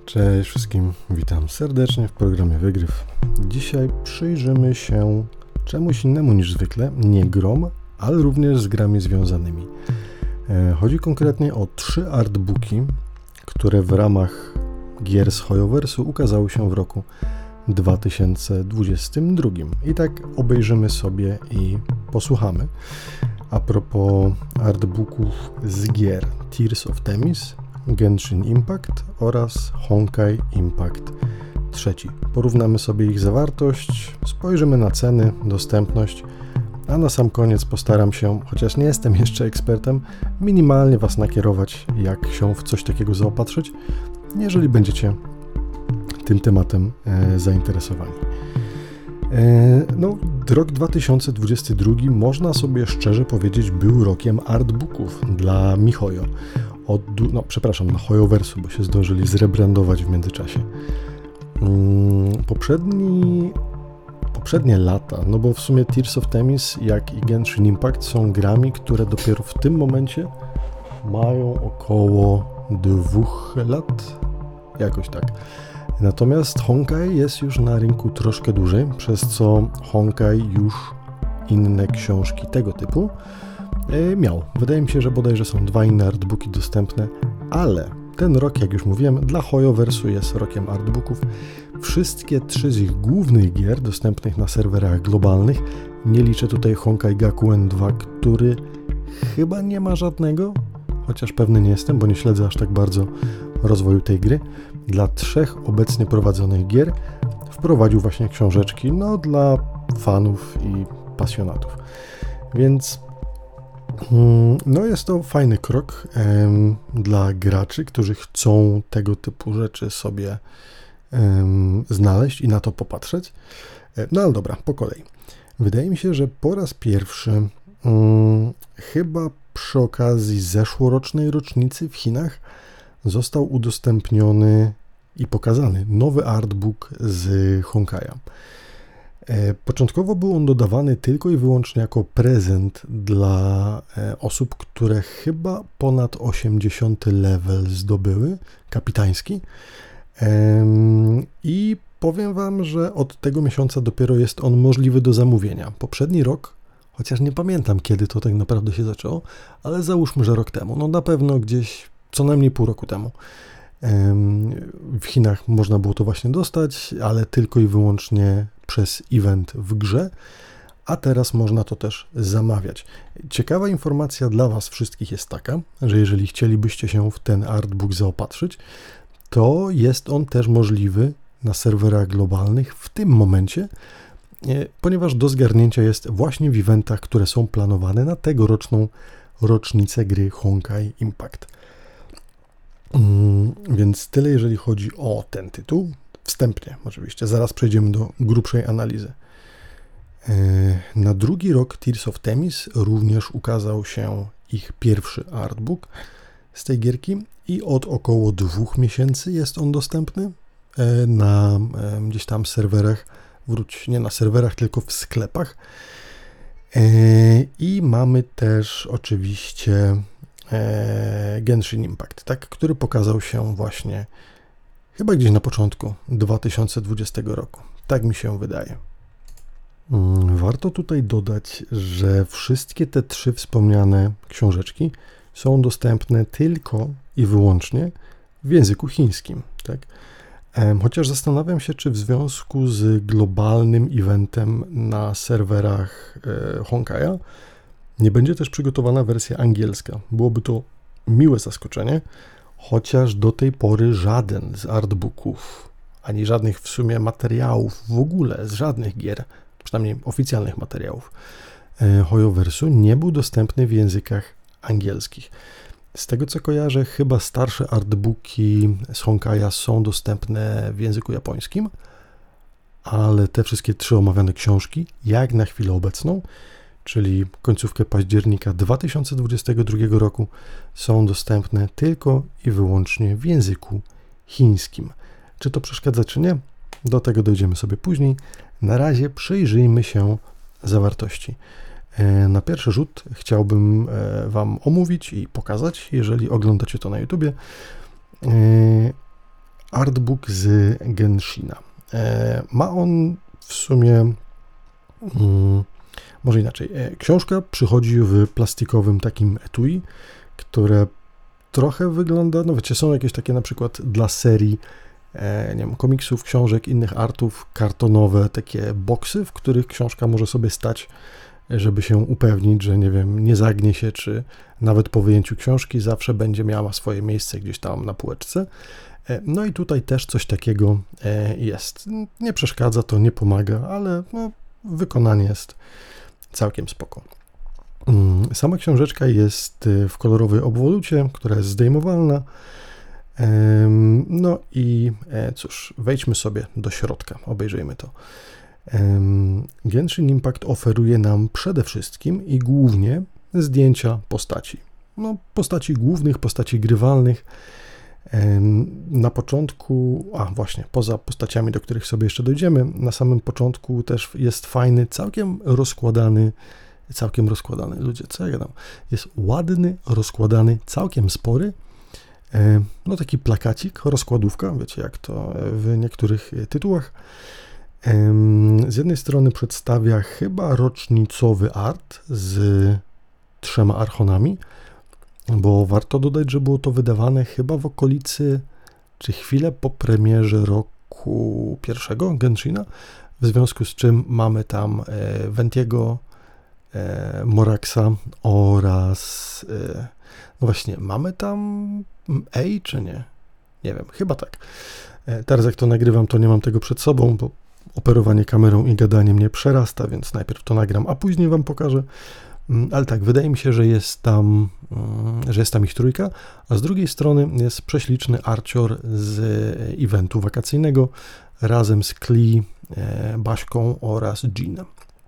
Cześć wszystkim, witam serdecznie w programie Wygryw. Dzisiaj przyjrzymy się czemuś innemu niż zwykle, nie grom, ale również z grami związanymi. Chodzi konkretnie o 3 artbooki, które w ramach gier z Hoyoversu ukazały się w roku 2022. I tak obejrzymy sobie i posłuchamy. A propos artbooków z gier Tears of Themis, Genshin Impact oraz Honkai Impact 3. Porównamy sobie ich zawartość, spojrzymy na ceny, dostępność, a na sam koniec postaram się, chociaż nie jestem jeszcze ekspertem, minimalnie Was nakierować, jak się w coś takiego zaopatrzyć, jeżeli będziecie tym tematem zainteresowani. Rok 2022 można sobie szczerze powiedzieć był rokiem artbooków dla MiHoYo. Na Hoyoversu, bo się zdążyli zrebrandować w międzyczasie. Poprzednie lata, no bo w sumie Tears of Themis, jak i Genshin Impact są grami, które dopiero w tym momencie mają około 2 lat, jakoś tak. Natomiast Honkai jest już na rynku troszkę dłużej, przez co Honkai już inne książki tego typu miał. Wydaje mi się, że bodajże są 2 inne artbooki dostępne, ale ten rok, jak już mówiłem, dla Hoyoversu jest rokiem artbooków. Wszystkie 3 z ich głównych gier dostępnych na serwerach globalnych, nie liczę tutaj Honkai Gakuen 2, który chyba nie ma żadnego, chociaż pewny nie jestem, bo nie śledzę aż tak bardzo rozwoju tej gry. Dla 3 obecnie prowadzonych gier wprowadził właśnie książeczki, dla fanów i pasjonatów. Więc jest to fajny krok dla graczy, którzy chcą tego typu rzeczy sobie znaleźć i na to popatrzeć. Ale dobra, po kolei. Wydaje mi się, że po raz pierwszy chyba przy okazji zeszłorocznej rocznicy w Chinach został udostępniony i pokazany nowy artbook z Honkai'a. Początkowo był on dodawany tylko i wyłącznie jako prezent dla osób, które chyba ponad 80 level zdobyły, kapitański. I powiem Wam, że od tego miesiąca dopiero jest on możliwy do zamówienia. Poprzedni rok, chociaż nie pamiętam kiedy to tak naprawdę się zaczęło, ale załóżmy, że rok temu, na pewno gdzieś co najmniej pół roku temu. W Chinach można było to właśnie dostać, ale tylko i wyłącznie przez event w grze, a teraz można to też zamawiać. Ciekawa informacja dla Was wszystkich jest taka, że jeżeli chcielibyście się w ten artbook zaopatrzyć, to jest on też możliwy na serwerach globalnych w tym momencie, ponieważ do zgarnięcia jest właśnie w eventach, które są planowane na tegoroczną rocznicę gry Honkai Impact. Więc tyle, jeżeli chodzi o ten tytuł. Wstępnie oczywiście, zaraz przejdziemy do grubszej analizy. Na drugi rok Tears of Themis również ukazał się ich pierwszy artbook z tej gierki i od około 2 miesięcy jest on dostępny na gdzieś tam serwerach, nie na serwerach, tylko w sklepach. I mamy też oczywiście Genshin Impact, który pokazał się właśnie chyba gdzieś na początku 2020 roku. Tak mi się wydaje. Warto tutaj dodać, że wszystkie te 3 wspomniane książeczki są dostępne tylko i wyłącznie w języku chińskim. Chociaż zastanawiam się, czy w związku z globalnym eventem na serwerach Honkai'a nie będzie też przygotowana wersja angielska. Byłoby to miłe zaskoczenie, chociaż do tej pory żaden z artbooków, ani żadnych w sumie materiałów w ogóle z żadnych gier, przynajmniej oficjalnych materiałów Hoyoversu nie był dostępny w językach angielskich. Z tego co kojarzę, chyba starsze artbooki z Honkai'a są dostępne w języku japońskim, ale te wszystkie 3 omawiane książki, jak na chwilę obecną, czyli końcówkę października 2022 roku, są dostępne tylko i wyłącznie w języku chińskim. Czy to przeszkadza, czy nie? Do tego dojdziemy sobie później. Na razie przyjrzyjmy się zawartości. Na pierwszy rzut chciałbym Wam omówić i pokazać, jeżeli oglądacie to na YouTubie, artbook z Genshina. Ma on w sumie, może inaczej, książka przychodzi w plastikowym takim etui, które trochę wygląda, no wiecie, są jakieś takie na przykład dla serii, nie wiem, komiksów, książek, innych artów, kartonowe takie boksy, w których książka może sobie stać, żeby się upewnić, że nie wiem, nie zagnie się, czy nawet po wyjęciu książki zawsze będzie miała swoje miejsce gdzieś tam na półeczce. No i tutaj też coś takiego jest. Nie przeszkadza to, nie pomaga, ale no, wykonanie jest całkiem spoko. Sama książeczka jest w kolorowej obwolucie, która jest zdejmowalna. No i cóż, wejdźmy sobie do środka, obejrzyjmy to. Genshin Impact oferuje nam przede wszystkim i głównie zdjęcia postaci. No, postaci głównych, postaci grywalnych. Na początku, właśnie, poza postaciami, do których sobie jeszcze dojdziemy, na samym początku też jest fajny, całkiem rozkładany, ludzie, co ja gadam, jest ładny, rozkładany, całkiem spory, no taki plakacik, rozkładówka, wiecie jak to w niektórych tytułach. Z jednej strony przedstawia chyba rocznicowy art z 3 archonami, bo warto dodać, że było to wydawane chyba w okolicy, czy chwilę po premierze roku pierwszego Genshina, w związku z czym mamy tam Ventiego, Moraxa oraz, no właśnie, mamy tam Ei, czy nie? Nie wiem, chyba tak. Teraz jak to nagrywam, to nie mam tego przed sobą, bo operowanie kamerą i gadanie mnie przerasta, więc najpierw to nagram, a później wam pokażę. Ale tak, wydaje mi się, że jest tam ich 3, a z drugiej strony jest prześliczny arcior z eventu wakacyjnego razem z Klee, Baśką oraz Jeanem.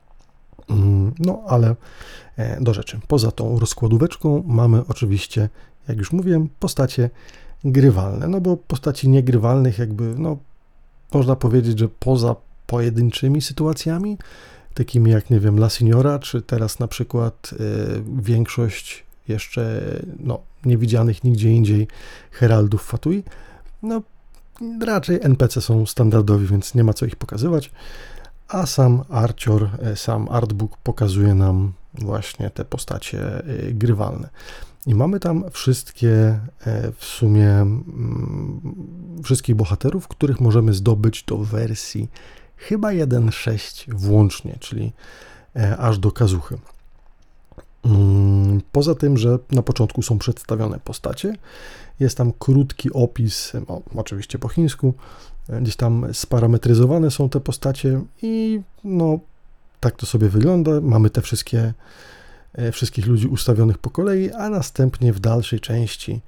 No, ale do rzeczy. Poza tą rozkładóweczką mamy oczywiście, jak już mówiłem, postacie grywalne, no bo postaci niegrywalnych jakby, no, można powiedzieć, że poza pojedynczymi sytuacjami, takimi jak, nie wiem, La Signora, czy teraz na przykład większość jeszcze, no, niewidzianych nigdzie indziej heraldów Fatui, no, raczej NPC są standardowi, więc nie ma co ich pokazywać, a sam arcior, sam artbook pokazuje nam właśnie te postacie grywalne. I mamy tam wszystkie, w sumie wszystkich bohaterów, których możemy zdobyć do wersji chyba 1.6 włącznie, czyli aż do Kazuchy. Poza tym, że na początku są przedstawione postacie, jest tam krótki opis, oczywiście po chińsku, gdzieś tam sparametryzowane są te postacie i no tak to sobie wygląda. Mamy te wszystkich ludzi ustawionych po kolei, a następnie w dalszej części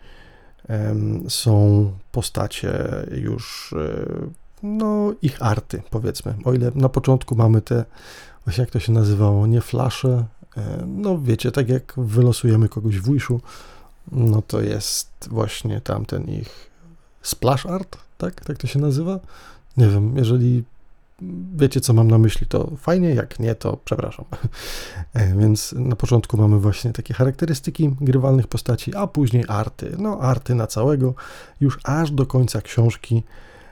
są postacie już, no ich arty, powiedzmy. O ile na początku mamy te, właśnie jak to się nazywało, nie flasze, no wiecie, tak jak wylosujemy kogoś w Wishu, no to jest właśnie tamten ich splash art, tak to się nazywa? Nie wiem, jeżeli wiecie, co mam na myśli, to fajnie, jak nie, to przepraszam. Więc na początku mamy właśnie takie charakterystyki grywalnych postaci, a później arty. No, arty na całego, już aż do końca książki.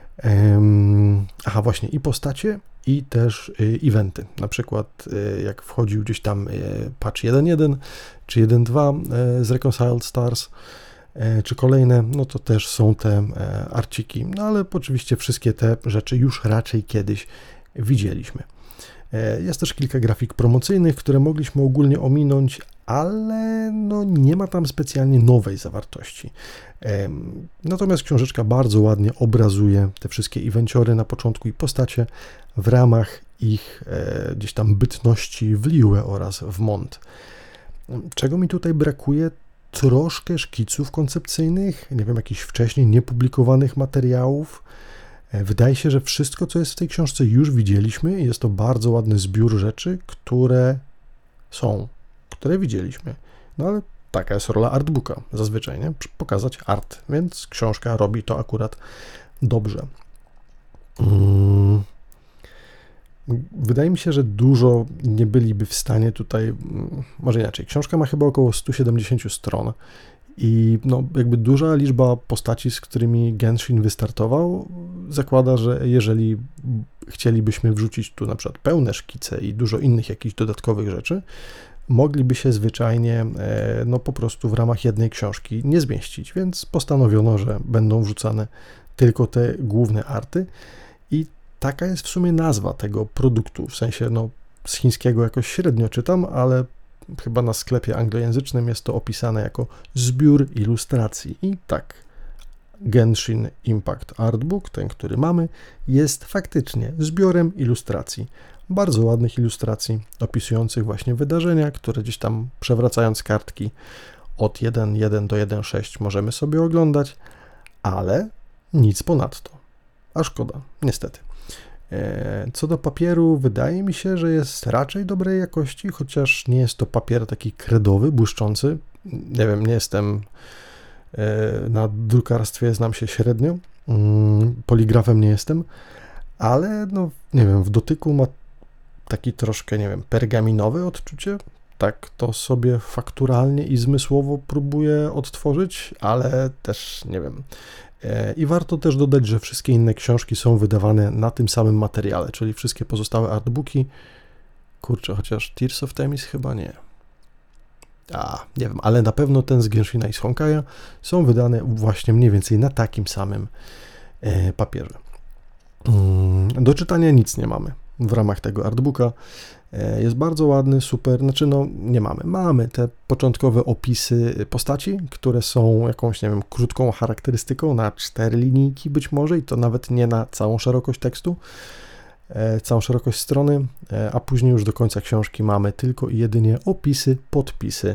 Aha, właśnie i postacie, i też eventy. Na przykład jak wchodził gdzieś tam patch 1.1 czy 1.2 z Reconciled Stars, czy kolejne, no to też są te arciki. No ale oczywiście wszystkie te rzeczy już raczej kiedyś widzieliśmy. Jest też kilka grafik promocyjnych, które mogliśmy ogólnie ominąć, ale no nie ma tam specjalnie nowej zawartości. Natomiast książeczka bardzo ładnie obrazuje te wszystkie evenciory na początku i postacie w ramach ich gdzieś tam bytności w Liyue oraz w Mont. Czego mi tutaj brakuje? Troszkę szkiców koncepcyjnych, nie wiem, jakichś wcześniej niepublikowanych materiałów. Wydaje się, że wszystko, co jest w tej książce, już widzieliśmy i jest to bardzo ładny zbiór rzeczy, które widzieliśmy. No ale taka jest rola artbooka zazwyczaj, nie? Pokazać art, więc książka robi to akurat dobrze. Wydaje mi się, że dużo nie byliby w stanie tutaj, może inaczej, książka ma chyba około 170 stron I no, jakby duża liczba postaci, z którymi Genshin wystartował, zakłada, że jeżeli chcielibyśmy wrzucić tu na przykład pełne szkice i dużo innych jakichś dodatkowych rzeczy, mogliby się zwyczajnie no po prostu w ramach jednej książki nie zmieścić, więc postanowiono, że będą wrzucane tylko te główne arty i taka jest w sumie nazwa tego produktu, w sensie no z chińskiego jakoś średnio czytam, ale chyba na sklepie anglojęzycznym jest to opisane jako zbiór ilustracji i tak, Genshin Impact Artbook, ten, który mamy, jest faktycznie zbiorem ilustracji, bardzo ładnych ilustracji opisujących właśnie wydarzenia, które gdzieś tam przewracając kartki od 1.1 do 1.6 możemy sobie oglądać, ale nic ponadto. A szkoda, niestety. Co do papieru, wydaje mi się, że jest raczej dobrej jakości, chociaż nie jest to papier taki kredowy, błyszczący. Nie wiem, nie jestem na drukarstwie, znam się średnio, poligrafem nie jestem, ale no nie wiem, w dotyku ma taki troszkę, nie wiem, pergaminowe odczucie. Tak to sobie fakturalnie i zmysłowo próbuję odtworzyć, ale też nie wiem. I warto też dodać, że wszystkie inne książki są wydawane na tym samym materiale, czyli wszystkie pozostałe artbooki. Kurczę, chociaż Tears of Themis chyba nie. Nie wiem, ale na pewno ten z Genshina i z Honkai'a są wydane właśnie mniej więcej na takim samym papierze. Do czytania nic nie mamy w ramach tego artbooka. Jest bardzo ładny, super, znaczy no nie mamy te początkowe opisy postaci, które są jakąś, nie wiem, krótką charakterystyką na 4 linijki być może i to nawet nie na całą szerokość tekstu, całą szerokość strony, a później już do końca książki mamy tylko i jedynie opisy, podpisy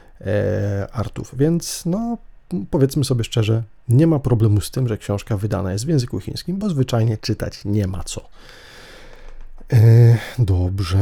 artów, więc no powiedzmy sobie szczerze, nie ma problemu z tym, że książka wydana jest w języku chińskim, bo zwyczajnie czytać nie ma co. Dobrze.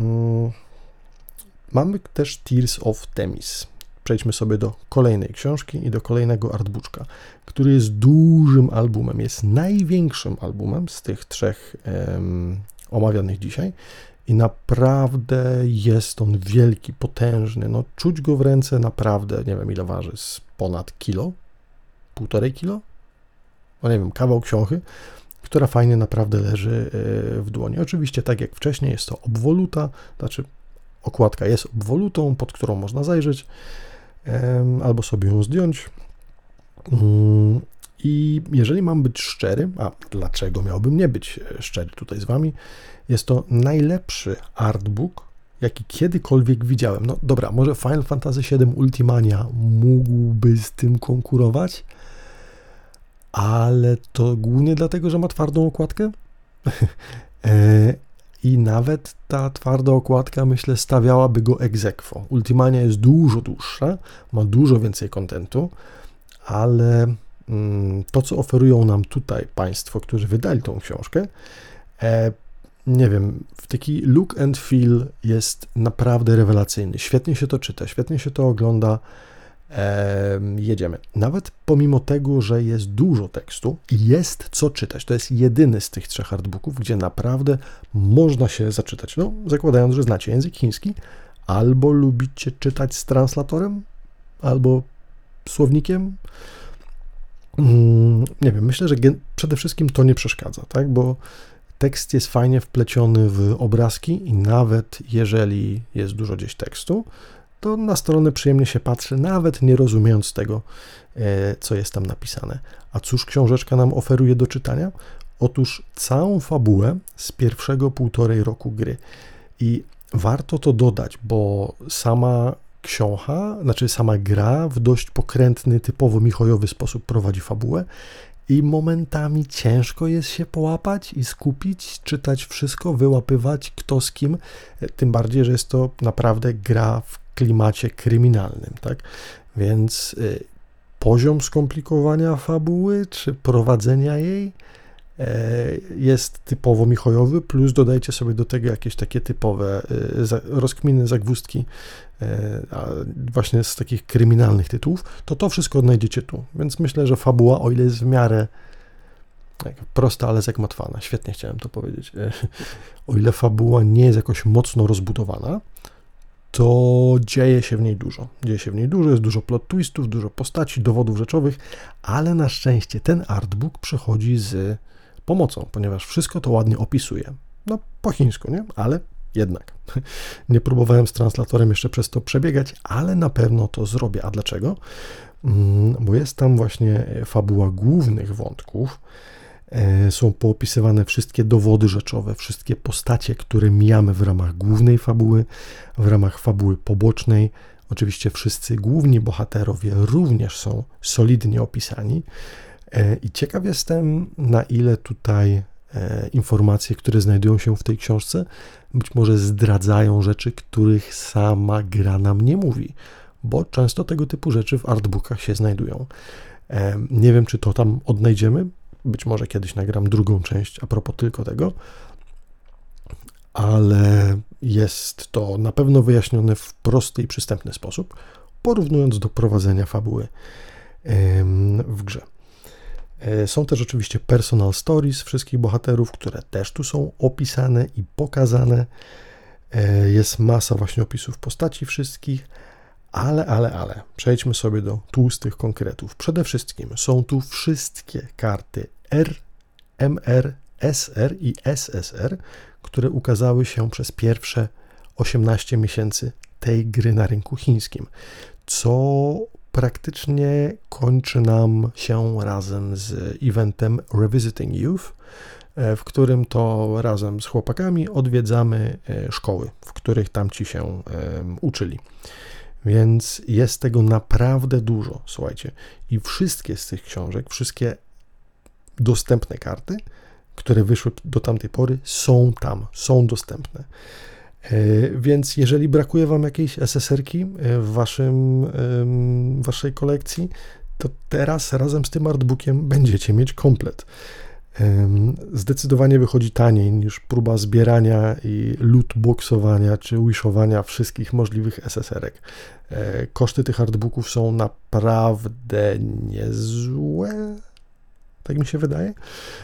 Mamy też Tears of Themis. Przejdźmy sobie do kolejnej książki i do kolejnego artbooka, który jest dużym albumem, jest największym albumem z tych 3 omawianych dzisiaj i naprawdę jest on wielki, potężny, no czuć go w ręce naprawdę, nie wiem ile waży, z ponad kilo, 1,5 kilo, no nie wiem, kawał ksiąchy, która fajnie naprawdę leży w dłoni. Oczywiście tak jak wcześniej jest to obwoluta, znaczy okładka jest obwolutą, pod którą można zajrzeć albo sobie ją zdjąć. I jeżeli mam być szczery, a dlaczego miałbym nie być szczery tutaj z Wami, jest to najlepszy artbook, jaki kiedykolwiek widziałem. No dobra, może Final Fantasy VII Ultimania mógłby z tym konkurować, ale to głównie dlatego, że ma twardą okładkę i nawet ta twarda okładka, myślę, stawiałaby go ex aequo. Ultimania jest dużo dłuższa, ma dużo więcej kontentu, ale to, co oferują nam tutaj Państwo, którzy wydali tą książkę, nie wiem, taki look and feel jest naprawdę rewelacyjny. Świetnie się to czyta, świetnie się to ogląda. Jedziemy. Nawet pomimo tego, że jest dużo tekstu i jest co czytać, to jest jedyny z tych 3 artbooków, gdzie naprawdę można się zaczytać. No, zakładając, że znacie język chiński, albo lubicie czytać z translatorem, albo słownikiem. Nie wiem, myślę, że przede wszystkim to nie przeszkadza, tak? Bo tekst jest fajnie wpleciony w obrazki i nawet jeżeli jest dużo gdzieś tekstu, to na stronę przyjemnie się patrzy, nawet nie rozumiejąc tego, co jest tam napisane. A cóż książeczka nam oferuje do czytania? Otóż całą fabułę z pierwszego 1,5 roku gry. I warto to dodać, bo sama sama gra w dość pokrętny, typowo michojowy sposób prowadzi fabułę i momentami ciężko jest się połapać i skupić, czytać wszystko, wyłapywać kto z kim, tym bardziej, że jest to naprawdę gra w klimacie kryminalnym, tak? Więc poziom skomplikowania fabuły czy prowadzenia jej jest typowo michojowy, plus dodajcie sobie do tego jakieś takie typowe rozkminy, zagwozdki właśnie z takich kryminalnych tytułów, to wszystko odnajdziecie tu. Więc myślę, że fabuła, o ile jest w miarę prosta, ale zagmatwana, świetnie chciałem to powiedzieć, o ile fabuła nie jest jakoś mocno rozbudowana, to dzieje się w niej dużo. Dzieje się w niej dużo, jest dużo plot twistów, dużo postaci, dowodów rzeczowych, ale na szczęście ten artbook przychodzi z pomocą, ponieważ wszystko to ładnie opisuje. No, po chińsku, nie? Ale jednak. Nie próbowałem z translatorem jeszcze przez to przebiegać, ale na pewno to zrobię. A dlaczego? Bo jest tam właśnie fabuła głównych wątków, są poopisywane wszystkie dowody rzeczowe, wszystkie postacie, które mijamy w ramach głównej fabuły, w ramach fabuły pobocznej. Oczywiście wszyscy główni bohaterowie również są solidnie opisani i ciekaw jestem, na ile tutaj informacje, które znajdują się w tej książce, być może zdradzają rzeczy, których sama gra nam nie mówi, bo często tego typu rzeczy w artbookach się znajdują. Nie wiem, czy to tam odnajdziemy, być może kiedyś nagram drugą część a propos tylko tego, ale jest to na pewno wyjaśnione w prosty i przystępny sposób, porównując do prowadzenia fabuły w grze. Są też oczywiście personal stories wszystkich bohaterów, które też tu są opisane i pokazane. Jest masa właśnie opisów postaci wszystkich, ale przejdźmy sobie do tłustych konkretów. Przede wszystkim są tu wszystkie karty R, MR, SR i SSR, które ukazały się przez pierwsze 18 miesięcy tej gry na rynku chińskim, co praktycznie kończy nam się razem z eventem Revisiting Youth, w którym to razem z chłopakami odwiedzamy szkoły, w których tamci się uczyli. Więc jest tego naprawdę dużo, słuchajcie. I wszystkie z tych książek, wszystkie dostępne karty, które wyszły do tamtej pory, są tam, są dostępne. Więc jeżeli brakuje Wam jakiejś SSR-ki w Waszej kolekcji, to teraz razem z tym artbookiem będziecie mieć komplet. Zdecydowanie wychodzi taniej niż próba zbierania i lootboxowania czy wishowania wszystkich możliwych SSR-ek. Koszty tych artbooków są naprawdę niezłe, tak mi się wydaje.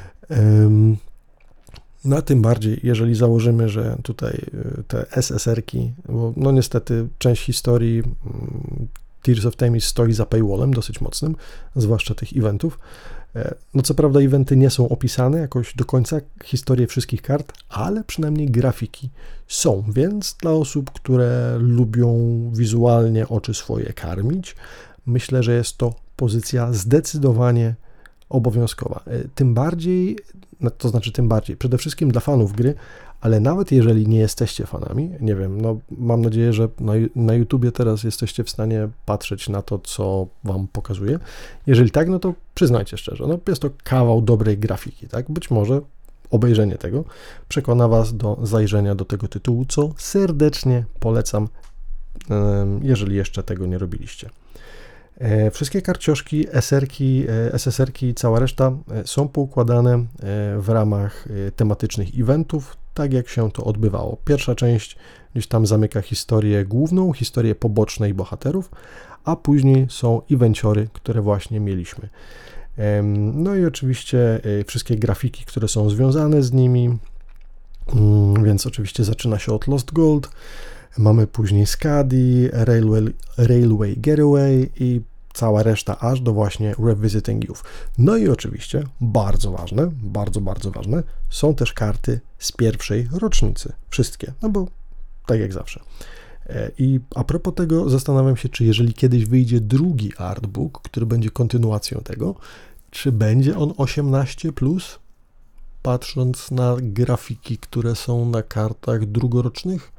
No a tym bardziej, jeżeli założymy, że tutaj te SSR-ki, bo no niestety część historii Tears of Themis stoi za paywallem dosyć mocnym, zwłaszcza tych eventów. No co prawda eventy nie są opisane jakoś do końca, historie wszystkich kart, ale przynajmniej grafiki są, więc dla osób, które lubią wizualnie oczy swoje karmić, myślę, że jest to pozycja zdecydowanie obowiązkowa. Tym bardziej, przede wszystkim dla fanów gry, ale nawet jeżeli nie jesteście fanami, nie wiem, no mam nadzieję, że na YouTubie teraz jesteście w stanie patrzeć na to, co Wam pokazuję. Jeżeli tak, no to przyznajcie szczerze, no jest to kawał dobrej grafiki, tak? Być może obejrzenie tego przekona Was do zajrzenia do tego tytułu, co serdecznie polecam, jeżeli jeszcze tego nie robiliście. Wszystkie karcioszki, SR-ki, SSR-ki i cała reszta są poukładane w ramach tematycznych eventów, tak jak się to odbywało. Pierwsza część gdzieś tam zamyka historię główną, historię pobocznej bohaterów, a później są evenciory, które właśnie mieliśmy. No i oczywiście wszystkie grafiki, które są związane z nimi, więc oczywiście zaczyna się od Lost Gold, mamy później Skadi, Railway Getaway i cała reszta aż do właśnie Revisiting Youth. No i oczywiście bardzo ważne, bardzo ważne są też karty z pierwszej rocznicy. Wszystkie, no bo tak jak zawsze. I a propos tego zastanawiam się, czy jeżeli kiedyś wyjdzie drugi artbook, który będzie kontynuacją tego, czy będzie on 18+, patrząc na grafiki, które są na kartach drugorocznych?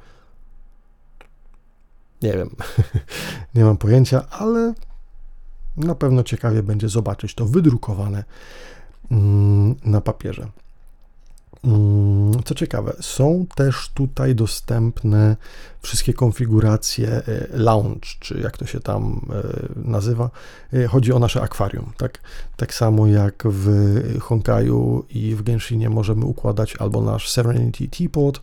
Nie wiem, nie mam pojęcia, ale na pewno ciekawie będzie zobaczyć to wydrukowane na papierze. Co ciekawe, są też tutaj dostępne wszystkie konfiguracje lounge, czy jak to się tam nazywa. Chodzi o nasze akwarium, tak? Tak samo jak w Honkaiu i w Genshinie możemy układać albo nasz Serenity Teapot,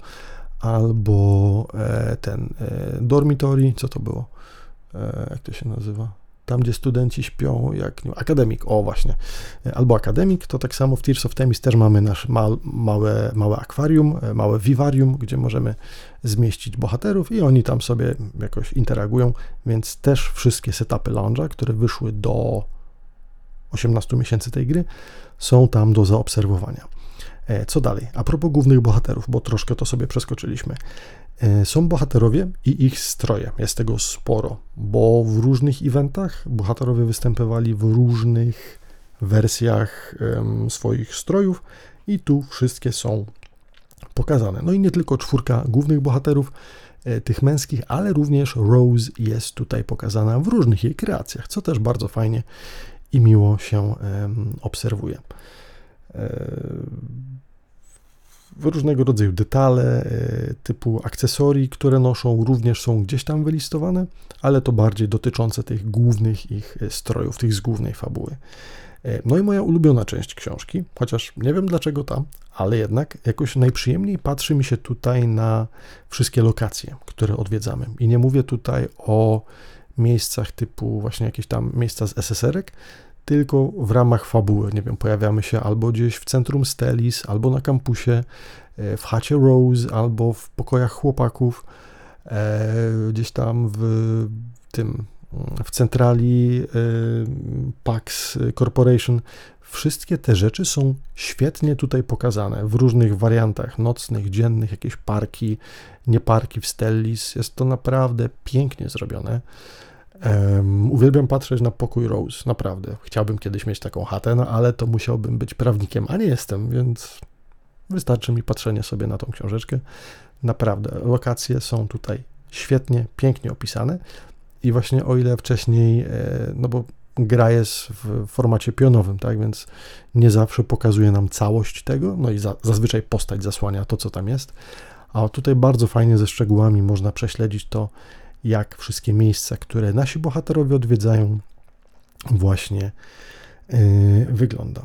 albo ten dormitory, co to było? Jak to się nazywa? tam gdzie studenci śpią, jak nie, Academic, o właśnie, albo Academic, to tak samo w Tears of Themis też mamy nasz małe akwarium, małe vivarium, gdzie możemy zmieścić bohaterów i oni tam sobie jakoś interagują, więc też wszystkie setupy launcha, które wyszły do 18 miesięcy tej gry, są tam do zaobserwowania. Co dalej? A propos głównych bohaterów, bo troszkę to sobie przeskoczyliśmy. Są bohaterowie i ich stroje. Jest tego sporo, bo w różnych eventach bohaterowie występowali w różnych wersjach swoich strojów i tu wszystkie są pokazane. No i nie tylko 4 głównych bohaterów, tych męskich, ale również Rose jest tutaj pokazana w różnych jej kreacjach, co też bardzo fajnie i miło się obserwuje. Różnego rodzaju detale typu akcesorii, które noszą, również są gdzieś tam wylistowane, ale to bardziej dotyczące tych głównych ich strojów, tych z głównej fabuły. No i moja ulubiona część książki, chociaż nie wiem dlaczego tam, ale jednak jakoś najprzyjemniej patrzy mi się tutaj na wszystkie lokacje, które odwiedzamy. I nie mówię tutaj o miejscach typu właśnie jakieś tam miejsca z SSR-ek, tylko w ramach fabuły, nie wiem, pojawiamy się albo gdzieś w centrum Stelis, albo na kampusie, w chacie Rose, albo w pokojach chłopaków, gdzieś tam w centrali Pax Corporation. Wszystkie te rzeczy są świetnie tutaj pokazane w różnych wariantach, nocnych, dziennych, jakieś parki, nie parki w Stellis. Jest to naprawdę pięknie zrobione. Uwielbiam patrzeć na pokój Rose, naprawdę. Chciałbym kiedyś mieć taką chatę, no ale to musiałbym być prawnikiem, a nie jestem, więc wystarczy mi patrzenie sobie na tą książeczkę. Naprawdę, lokacje są tutaj świetnie, pięknie opisane i właśnie o ile wcześniej, no bo gra jest w formacie pionowym, tak, więc nie zawsze pokazuje nam całość tego, no i zazwyczaj postać zasłania to, co tam jest, a tutaj bardzo fajnie ze szczegółami można prześledzić to, jak wszystkie miejsca, które nasi bohaterowie odwiedzają, właśnie wygląda.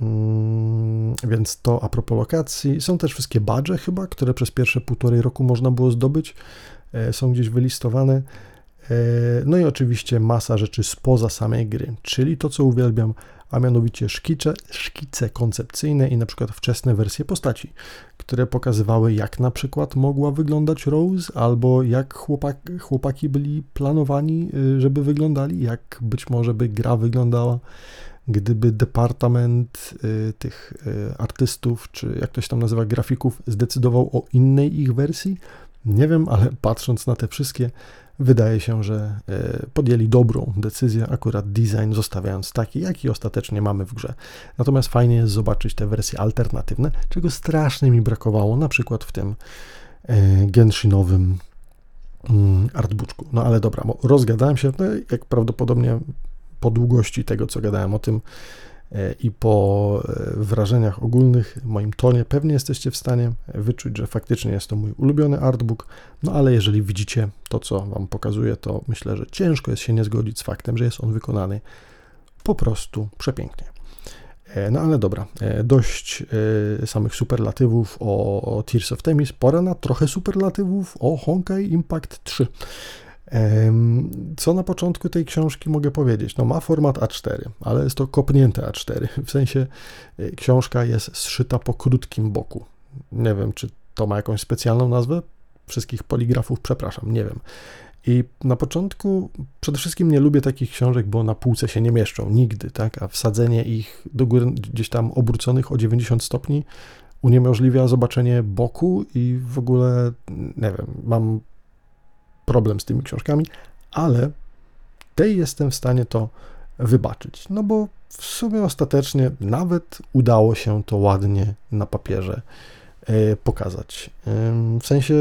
Więc to a propos lokacji. Są też wszystkie badże chyba, które przez pierwsze 1,5 roku można było zdobyć. Są gdzieś wylistowane. No i oczywiście masa rzeczy spoza samej gry, czyli to, co uwielbiam, a mianowicie szkice koncepcyjne i na przykład wczesne wersje postaci, które pokazywały, jak na przykład mogła wyglądać Rose, albo jak chłopaki byli planowani, żeby wyglądali, jak być może by gra wyglądała, gdyby departament tych artystów, czy jak to się tam nazywa, grafików, zdecydował o innej ich wersji. Nie wiem, ale patrząc na te wszystkie, wydaje się, że podjęli dobrą decyzję, akurat design zostawiając taki, jaki ostatecznie mamy w grze. Natomiast fajnie jest zobaczyć te wersje alternatywne, czego strasznie mi brakowało, na przykład w tym Genshinowym artbooku. No ale dobra, rozgadałem się, no, jak prawdopodobnie po długości tego, co gadałem o tym i po wrażeniach ogólnych, moim tonie, pewnie jesteście w stanie wyczuć, że faktycznie jest to mój ulubiony artbook, no ale jeżeli widzicie to, co wam pokazuję, to myślę, że ciężko jest się nie zgodzić z faktem, że jest on wykonany po prostu przepięknie. No ale dobra, dość samych superlatywów o Tears of Themis, pora na trochę superlatywów o Honkai Impact 3. Co na początku tej książki mogę powiedzieć? No ma format A4, ale jest to kopnięte A4, w sensie książka jest zszyta po krótkim boku. Nie wiem, czy to ma jakąś specjalną nazwę? Wszystkich poligrafów przepraszam, nie wiem. I na początku przede wszystkim nie lubię takich książek, bo na półce się nie mieszczą nigdy, tak? A wsadzenie ich do góry gdzieś tam obróconych o 90 stopni uniemożliwia zobaczenie boku i w ogóle, nie wiem, mam problem z tymi książkami, ale tej jestem w stanie to wybaczyć, no bo w sumie ostatecznie nawet udało się to ładnie na papierze pokazać. W sensie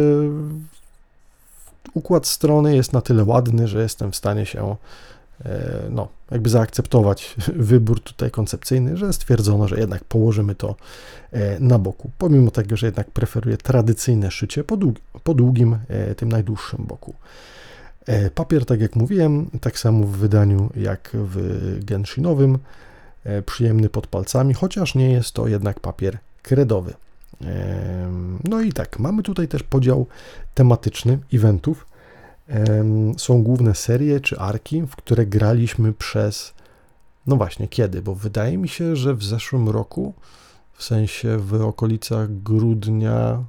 układ strony jest na tyle ładny, że jestem w stanie się no, jakby zaakceptować wybór tutaj koncepcyjny, że stwierdzono, że jednak położymy to na boku, pomimo tego, że jednak preferuję tradycyjne szycie po długim, tym najdłuższym boku. Papier, tak jak mówiłem, tak samo w wydaniu jak w Genshinowym, przyjemny pod palcami, chociaż nie jest to jednak papier kredowy. No i tak, mamy tutaj też podział tematyczny eventów. są główne serie czy arki, w które graliśmy przez, no właśnie, kiedy? Bo wydaje mi się, że w zeszłym roku, w sensie w okolicach grudnia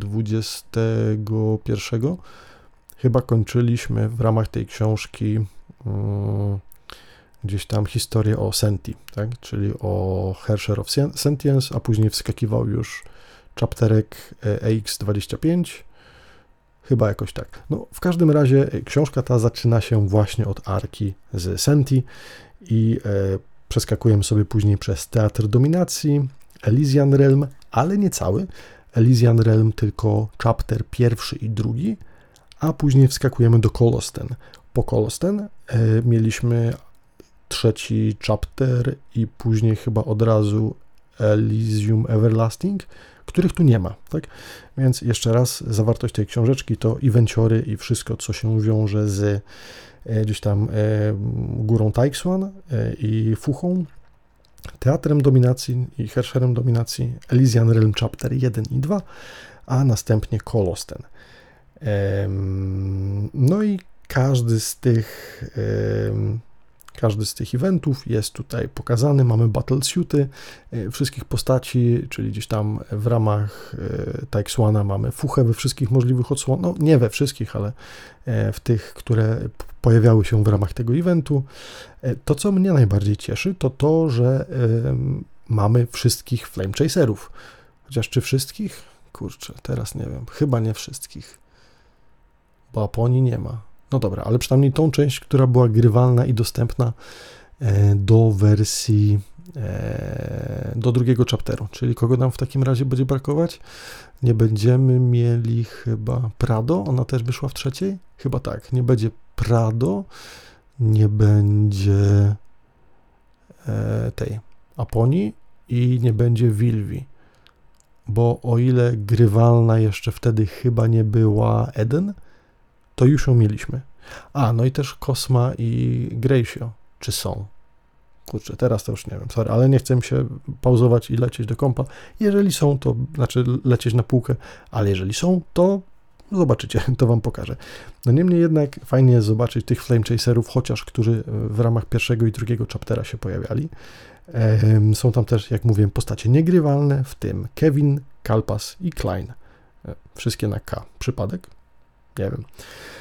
21, chyba kończyliśmy w ramach tej książki gdzieś tam historię o Senti, tak? Czyli o Hersher of Sentience, a później wskakiwał już chapterek EX25, chyba jakoś tak. No, w każdym razie książka ta zaczyna się właśnie od arki z Senti i przeskakujemy sobie później przez Teatr Dominacji, Elysian Realm, ale nie cały. Elysian Realm tylko chapter 1 i 2, a później wskakujemy do Kolosten. Po Kolosten mieliśmy 3 chapter i później chyba od razu Elysium Everlasting, których tu nie ma, tak? Więc jeszcze raz, zawartość tej książeczki to evenciory i wszystko, co się wiąże z gdzieś tam górą Taixuan i Fuchą, Teatrem Dominacji i Hersherem Dominacji, Elysian Realm Chapter 1 i 2, a następnie Kolosten. No i każdy z tych eventów jest tutaj pokazany. Mamy battlesuity wszystkich postaci, czyli gdzieś tam w ramach Taixuana mamy fuchę we wszystkich możliwych odsłonach, no nie we wszystkich, ale w tych, które pojawiały się w ramach tego eventu. To, co mnie najbardziej cieszy, to to, że mamy wszystkich Flame Chaserów. Chociaż czy wszystkich? Kurczę, teraz nie wiem. Chyba nie wszystkich. Bo Aponii nie ma. No dobra, ale przynajmniej tą część, która była grywalna i dostępna do wersji, do drugiego chapteru. Czyli kogo nam w takim razie będzie brakować? Nie będziemy mieli chyba Prado, ona też by szła w trzeciej? Chyba tak, nie będzie Prado, nie będzie tej Aponii i nie będzie Wilwi. Bo o ile grywalna jeszcze wtedy chyba nie była Eden, to już ją mieliśmy. A, no i też Cosma i Gracio. Czy są? Kurczę, teraz to już nie wiem, sorry, ale nie chcę mi się pauzować i lecieć do kompa. Jeżeli są, to znaczy lecieć na półkę, ale jeżeli są, to zobaczycie, to wam pokażę. No niemniej jednak fajnie jest zobaczyć tych Flame Chaserów, chociaż którzy w ramach 1. i 2. chaptera się pojawiali. Są tam też, jak mówiłem, postacie niegrywalne, w tym Kevin, Kalpas i Klein. Wszystkie na K. Przypadek? Nie wiem.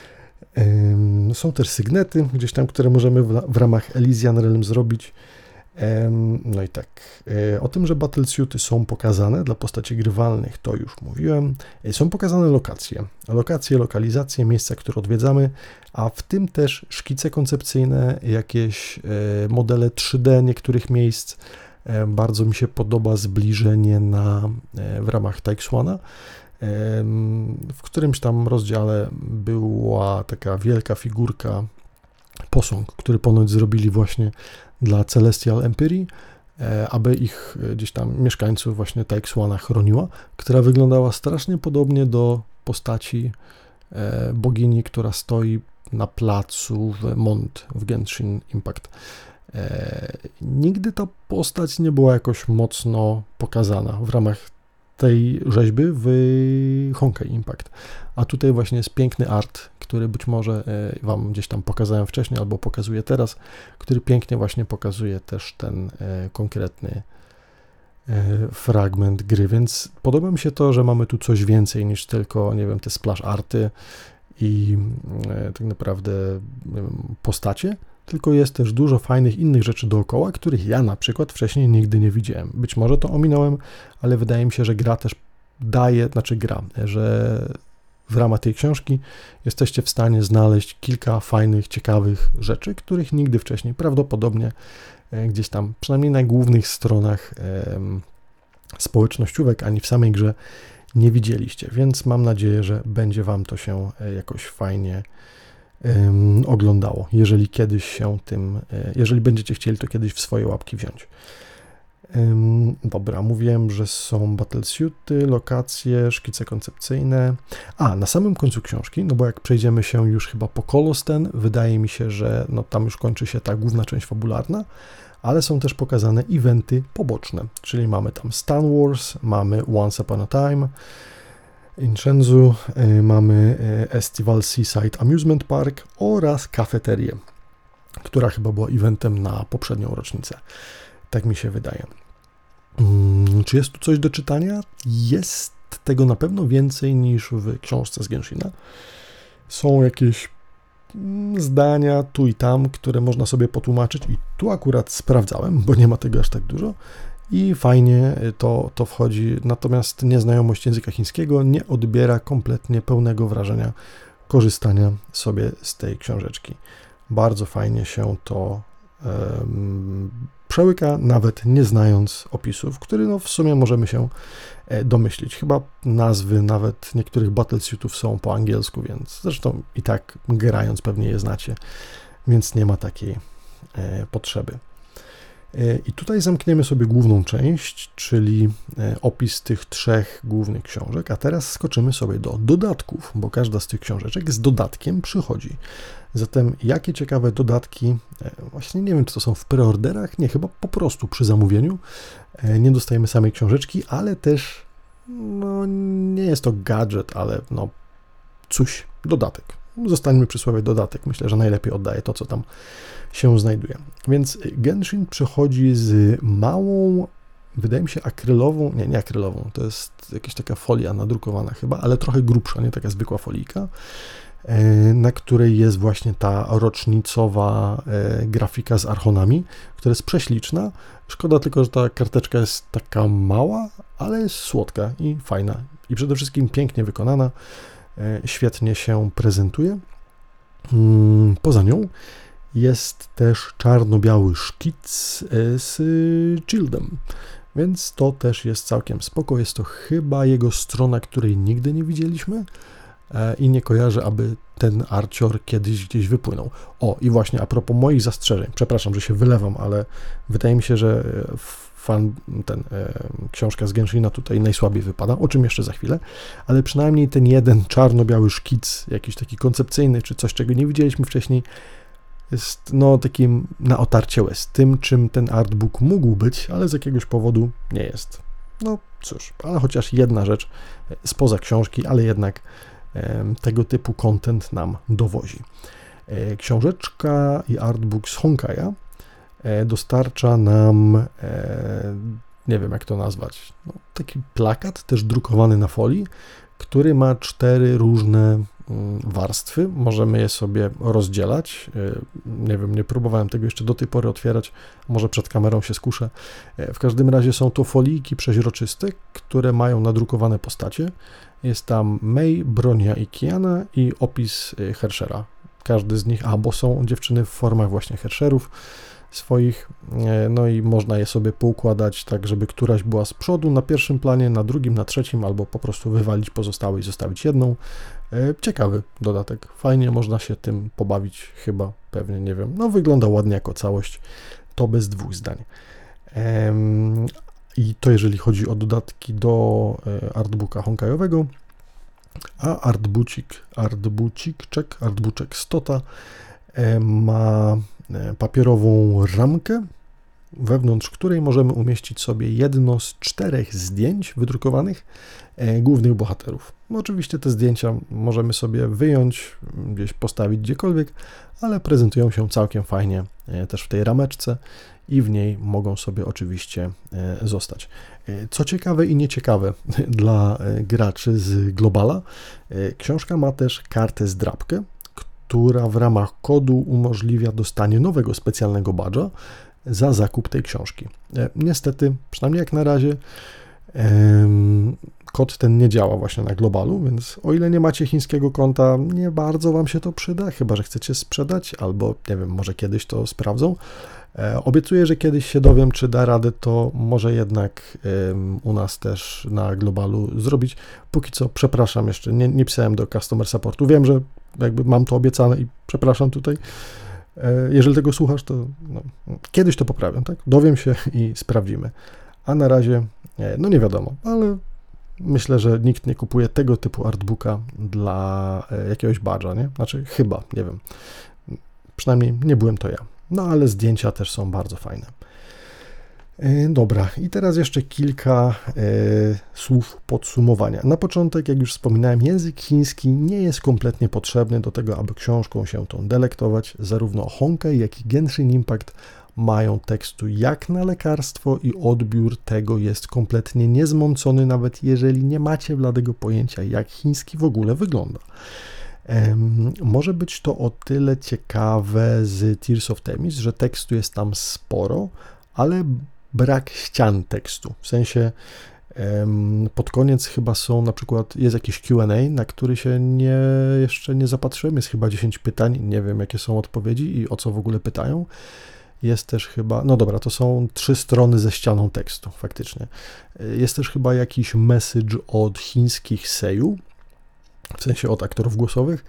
Są też sygnety gdzieś tam, które możemy w ramach Elysian Realm zrobić. No i tak, o tym, że battlesuity są pokazane dla postaci grywalnych, to już mówiłem. Są pokazane lokacje, lokalizacje, miejsca, które odwiedzamy, a w tym też szkice koncepcyjne, jakieś modele 3D niektórych miejsc. Bardzo mi się podoba zbliżenie w ramach Taixuana. W którymś tam rozdziale była taka wielka figurka, posąg, który ponoć zrobili właśnie dla Celestial Empyrii, aby ich gdzieś tam mieszkańców właśnie Taixuana chroniła, która wyglądała strasznie podobnie do postaci bogini, która stoi na placu w Mont w Genshin Impact. Nigdy ta postać nie była jakoś mocno pokazana w ramach tej rzeźby w Honkai Impact. A tutaj właśnie jest piękny art, który być może wam gdzieś tam pokazałem wcześniej albo pokazuję teraz, który pięknie właśnie pokazuje też ten konkretny fragment gry, więc podoba mi się to, że mamy tu coś więcej niż tylko, nie wiem, te splash arty i tak naprawdę postacie, tylko jest też dużo fajnych innych rzeczy dookoła, których ja na przykład wcześniej nigdy nie widziałem. Być może to ominąłem, ale wydaje mi się, że gra też że w ramach tej książki jesteście w stanie znaleźć kilka fajnych, ciekawych rzeczy, których nigdy wcześniej prawdopodobnie gdzieś tam, przynajmniej na głównych stronach społecznościówek, ani w samej grze nie widzieliście, więc mam nadzieję, że będzie wam to się jakoś fajnie oglądało, jeżeli będziecie chcieli to kiedyś w swoje łapki wziąć. Dobra, mówiłem, że są battlesuity, lokacje, szkice koncepcyjne. A, na samym końcu książki, no bo jak przejdziemy się już chyba po Kolosten, wydaje mi się, że no tam już kończy się ta główna część fabularna, ale są też pokazane eventy poboczne, czyli mamy tam Stan Wars, mamy Once Upon a Time, In Shenzhou mamy Estival Seaside Amusement Park oraz kafeterię, która chyba była eventem na poprzednią rocznicę. Tak mi się wydaje. Czy jest tu coś do czytania? Jest tego na pewno więcej niż w książce z Genshina. Są jakieś zdania tu i tam, które można sobie potłumaczyć i tu akurat sprawdzałem, bo nie ma tego aż tak dużo i fajnie to wchodzi, natomiast nieznajomość języka chińskiego nie odbiera kompletnie pełnego wrażenia korzystania sobie z tej książeczki. Bardzo fajnie się to przełyka, nawet nie znając opisów, które w sumie możemy się domyślić. Chyba nazwy nawet niektórych battlesuitów są po angielsku, więc zresztą i tak grając pewnie je znacie, więc nie ma takiej potrzeby. I tutaj zamkniemy sobie główną część, czyli opis tych 3 głównych książek, a teraz skoczymy sobie do dodatków, bo każda z tych książeczek z dodatkiem przychodzi. Zatem jakie ciekawe dodatki, właśnie nie wiem, czy to są w preorderach, nie, chyba po prostu przy zamówieniu nie dostajemy samej książeczki, ale też nie jest to gadżet, ale coś, dodatek. Zostańmy przy słowie dodatek, myślę, że najlepiej oddaje to, co tam się znajduje. Więc Genshin przychodzi z małą, wydaje mi się akrylową, nie akrylową, to jest jakaś taka folia nadrukowana chyba, ale trochę grubsza, nie taka zwykła folijka, na której jest właśnie ta rocznicowa grafika z archonami, która jest prześliczna. Szkoda tylko, że ta karteczka jest taka mała, ale jest słodka i fajna i przede wszystkim pięknie wykonana, świetnie się prezentuje. Poza nią jest też czarno-biały szkic z Childem, więc to też jest całkiem spoko. Jest to chyba jego strona, której nigdy nie widzieliśmy i nie kojarzę, aby ten arcior kiedyś gdzieś wypłynął. O, i właśnie a propos moich zastrzeżeń, przepraszam, że się wylewam, ale wydaje mi się, że książka z Genshina tutaj najsłabiej wypada, o czym jeszcze za chwilę, ale przynajmniej ten jeden czarno-biały szkic, jakiś taki koncepcyjny, czy coś, czego nie widzieliśmy wcześniej, jest takim na otarcie łez, tym, czym ten artbook mógł być, ale z jakiegoś powodu nie jest. No cóż, ale chociaż jedna rzecz spoza książki, ale jednak tego typu content nam dowozi. Książeczka i artbook z Honkaja dostarcza nam, nie wiem jak to nazwać, taki plakat też drukowany na folii, który ma 4 różne warstwy, możemy je sobie rozdzielać, nie wiem, nie próbowałem tego jeszcze do tej pory otwierać, może przed kamerą się skuszę. W każdym razie są to folijki przeźroczyste, które mają nadrukowane postacie. Jest tam Mei, Bronia i Kiana i opis Herschera. Każdy z nich, bo są dziewczyny w formach właśnie Herscherów swoich, no i można je sobie poukładać tak, żeby któraś była z przodu na pierwszym planie, na drugim, na trzecim, albo po prostu wywalić pozostałe i zostawić jedną. Ciekawy dodatek, fajnie można się tym pobawić, chyba, pewnie, nie wiem, wygląda ładnie jako całość, to bez 2 zdań. I to jeżeli chodzi o dodatki do artbooka honkajowego, a artbook Stota ma papierową ramkę, wewnątrz której możemy umieścić sobie jedno z 4 zdjęć wydrukowanych głównych bohaterów. Oczywiście te zdjęcia możemy sobie wyjąć, gdzieś postawić gdziekolwiek, ale prezentują się całkiem fajnie też w tej rameczce i w niej mogą sobie oczywiście zostać. Co ciekawe i nieciekawe dla graczy z Globala, książka ma też kartę zdrabkę, która w ramach kodu umożliwia dostanie nowego specjalnego badża za zakup tej książki. Niestety, przynajmniej jak na razie, kod ten nie działa właśnie na Globalu, więc o ile nie macie chińskiego konta, nie bardzo Wam się to przyda, chyba że chcecie sprzedać, albo nie wiem, może kiedyś to sprawdzą. Obiecuję, że kiedyś się dowiem, czy da radę to może jednak u nas też na Globalu zrobić. Póki co, przepraszam jeszcze, nie pisałem do customer supportu. Wiem, że jakby mam to obiecane i przepraszam tutaj. Jeżeli tego słuchasz, to kiedyś to poprawię, tak? Dowiem się i sprawdzimy. A na razie, nie wiadomo, ale myślę, że nikt nie kupuje tego typu artbooka dla jakiegoś badża, nie? Znaczy chyba, nie wiem. Przynajmniej nie byłem to ja. No ale zdjęcia też są bardzo fajne. Dobra, i teraz jeszcze kilka słów podsumowania. Na początek, jak już wspominałem, język chiński nie jest kompletnie potrzebny do tego, aby książką się tą delektować. Zarówno Honkai, jak i Genshin Impact mają tekstu jak na lekarstwo i odbiór tego jest kompletnie niezmącony, nawet jeżeli nie macie bladego pojęcia, jak chiński w ogóle wygląda. Może być to o tyle ciekawe z Tears of Themis, że tekstu jest tam sporo, ale brak ścian tekstu. W sensie pod koniec chyba są na przykład, jest jakiś Q&A, na który się jeszcze nie zapatrzyłem, jest chyba 10 pytań, nie wiem jakie są odpowiedzi i o co w ogóle pytają. Jest też chyba, no dobra, to są 3 strony ze ścianą tekstu, faktycznie. Jest też chyba jakiś message od chińskich seiyuu, w sensie od aktorów głosowych,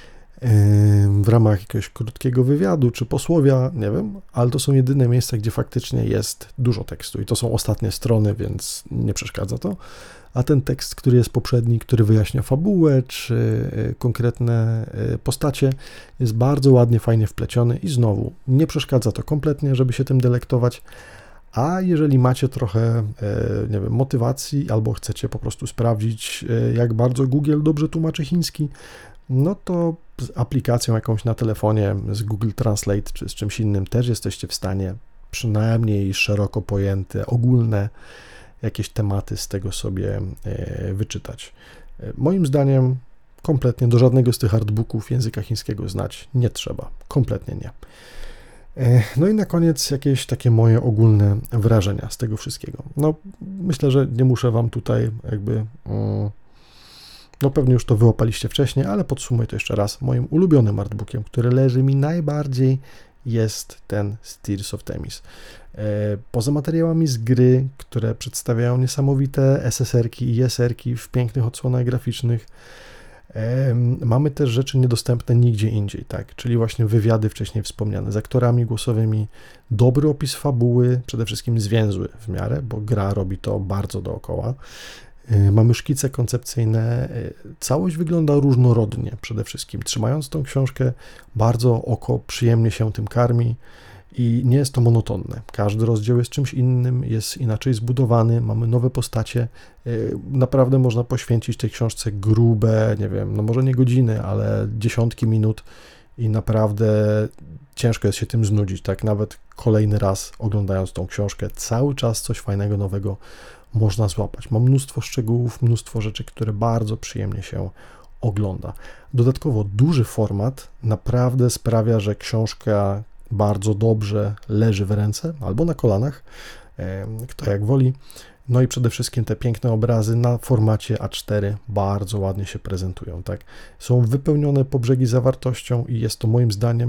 w ramach jakiegoś krótkiego wywiadu czy posłowia, nie wiem, ale to są jedyne miejsca, gdzie faktycznie jest dużo tekstu i to są ostatnie strony, więc nie przeszkadza to. A ten tekst, który jest poprzedni, który wyjaśnia fabułę czy konkretne postacie, jest bardzo ładnie, fajnie wpleciony i znowu nie przeszkadza to kompletnie, żeby się tym delektować. A jeżeli macie trochę, nie wiem, motywacji albo chcecie po prostu sprawdzić, jak bardzo Google dobrze tłumaczy chiński, no to z aplikacją jakąś na telefonie, z Google Translate czy z czymś innym też jesteście w stanie przynajmniej szeroko pojęte, ogólne jakieś tematy z tego sobie wyczytać. Moim zdaniem kompletnie do żadnego z tych artbooków języka chińskiego znać nie trzeba. Kompletnie nie. No i na koniec jakieś takie moje ogólne wrażenia z tego wszystkiego. No myślę, że nie muszę Wam tutaj jakby... No pewnie już to wyłapaliście wcześniej, ale podsumuję to jeszcze raz. Moim ulubionym artbookiem, który leży mi najbardziej, jest ten z Tears of Themis. Poza materiałami z gry, które przedstawiają niesamowite SSR-ki i ESR-ki w pięknych odsłonach graficznych, mamy też rzeczy niedostępne nigdzie indziej, tak? Czyli właśnie wywiady wcześniej wspomniane z aktorami głosowymi, dobry opis fabuły, przede wszystkim zwięzły w miarę, bo gra robi to bardzo dookoła. Mamy szkice koncepcyjne, całość wygląda różnorodnie przede wszystkim. Trzymając tą książkę, bardzo oko przyjemnie się tym karmi i nie jest to monotonne. Każdy rozdział jest czymś innym, jest inaczej zbudowany, mamy nowe postacie. Naprawdę można poświęcić tej książce grube, nie wiem, no może nie godziny, ale dziesiątki minut i naprawdę ciężko jest się tym znudzić, tak? Nawet kolejny raz oglądając tą książkę, cały czas coś fajnego, nowego można złapać. Ma mnóstwo szczegółów, mnóstwo rzeczy, które bardzo przyjemnie się ogląda. Dodatkowo duży format naprawdę sprawia, że książka bardzo dobrze leży w ręce albo na kolanach, kto jak woli. No i przede wszystkim te piękne obrazy na formacie A4 bardzo ładnie się prezentują, tak? Są wypełnione po brzegi zawartością i jest to moim zdaniem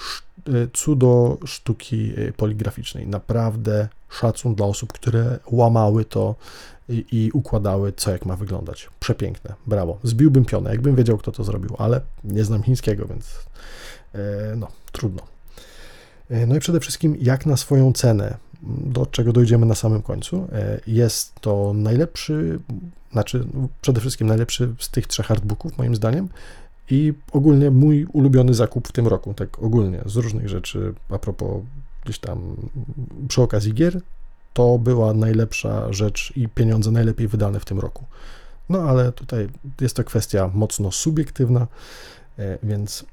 cudo sztuki poligraficznej. Naprawdę szacun dla osób, które łamały to i układały, co jak ma wyglądać. Przepiękne, brawo. Zbiłbym pionę, jakbym wiedział, kto to zrobił, ale nie znam chińskiego, więc no, trudno. No i przede wszystkim jak na swoją cenę, do czego dojdziemy na samym końcu, jest to najlepszy, znaczy przede wszystkim najlepszy z tych 3 artbooków moim zdaniem i ogólnie mój ulubiony zakup w tym roku, tak ogólnie, z różnych rzeczy, a propos gdzieś tam przy okazji gier, to była najlepsza rzecz i pieniądze najlepiej wydane w tym roku. No ale tutaj jest to kwestia mocno subiektywna, więc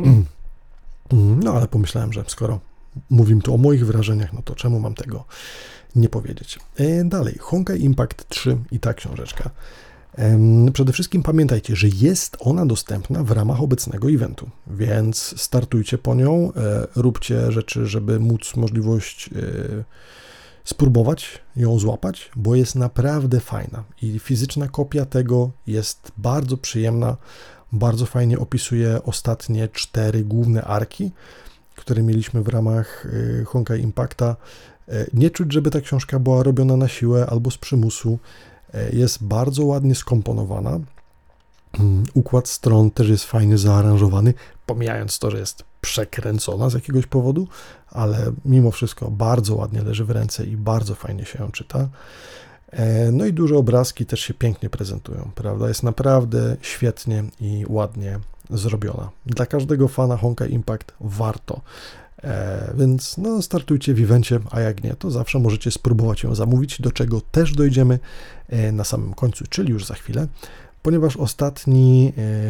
no ale pomyślałem, że skoro mówimy tu o moich wrażeniach, no to czemu mam tego nie powiedzieć. Dalej, Honkai Impact 3 i ta książeczka. Przede wszystkim pamiętajcie, że jest ona dostępna w ramach obecnego eventu, więc startujcie po nią, róbcie rzeczy, żeby móc możliwość spróbować ją złapać, bo jest naprawdę fajna i fizyczna kopia tego jest bardzo przyjemna, bardzo fajnie opisuje ostatnie 4 główne arki, które mieliśmy w ramach Honkai Impacta. Nie czuć, żeby ta książka była robiona na siłę albo z przymusu. Jest bardzo ładnie skomponowana. Układ stron też jest fajnie zaaranżowany, pomijając to, że jest przekręcona z jakiegoś powodu, ale mimo wszystko bardzo ładnie leży w ręce i bardzo fajnie się ją czyta. No i duże obrazki też się pięknie prezentują, prawda? Jest naprawdę świetnie i ładnie zrobiona. Dla każdego fana Honkai Impact warto. Więc no, startujcie w evencie, a jak nie, to zawsze możecie spróbować ją zamówić, do czego też dojdziemy na samym końcu, czyli już za chwilę, ponieważ ostatni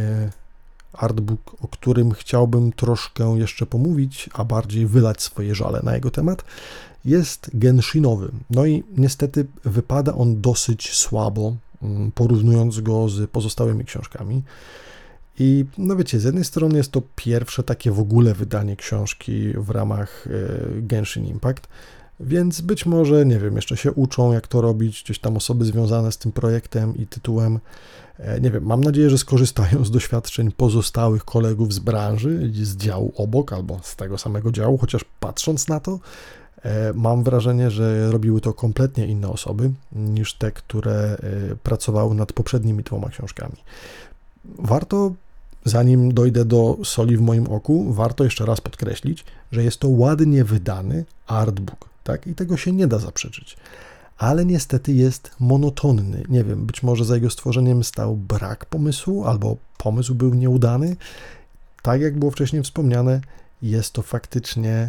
artbook, o którym chciałbym troszkę jeszcze pomówić, a bardziej wylać swoje żale na jego temat, jest Genshinowy. No i niestety wypada on dosyć słabo, porównując go z pozostałymi książkami. I no wiecie, z jednej strony jest to pierwsze takie w ogóle wydanie książki w ramach Genshin Impact, więc być może, nie wiem, jeszcze się uczą, jak to robić, gdzieś tam osoby związane z tym projektem i tytułem. Nie wiem, mam nadzieję, że skorzystają z doświadczeń pozostałych kolegów z branży, z działu obok albo z tego samego działu, chociaż patrząc na to, mam wrażenie, że robiły to kompletnie inne osoby niż te, które pracowały nad poprzednimi 2 książkami. Warto, zanim dojdę do soli w moim oku, warto jeszcze raz podkreślić, że jest to ładnie wydany artbook, tak? I tego się nie da zaprzeczyć. Ale niestety jest monotonny. Nie wiem, być może za jego stworzeniem stał brak pomysłu, albo pomysł był nieudany. Tak jak było wcześniej wspomniane, jest to faktycznie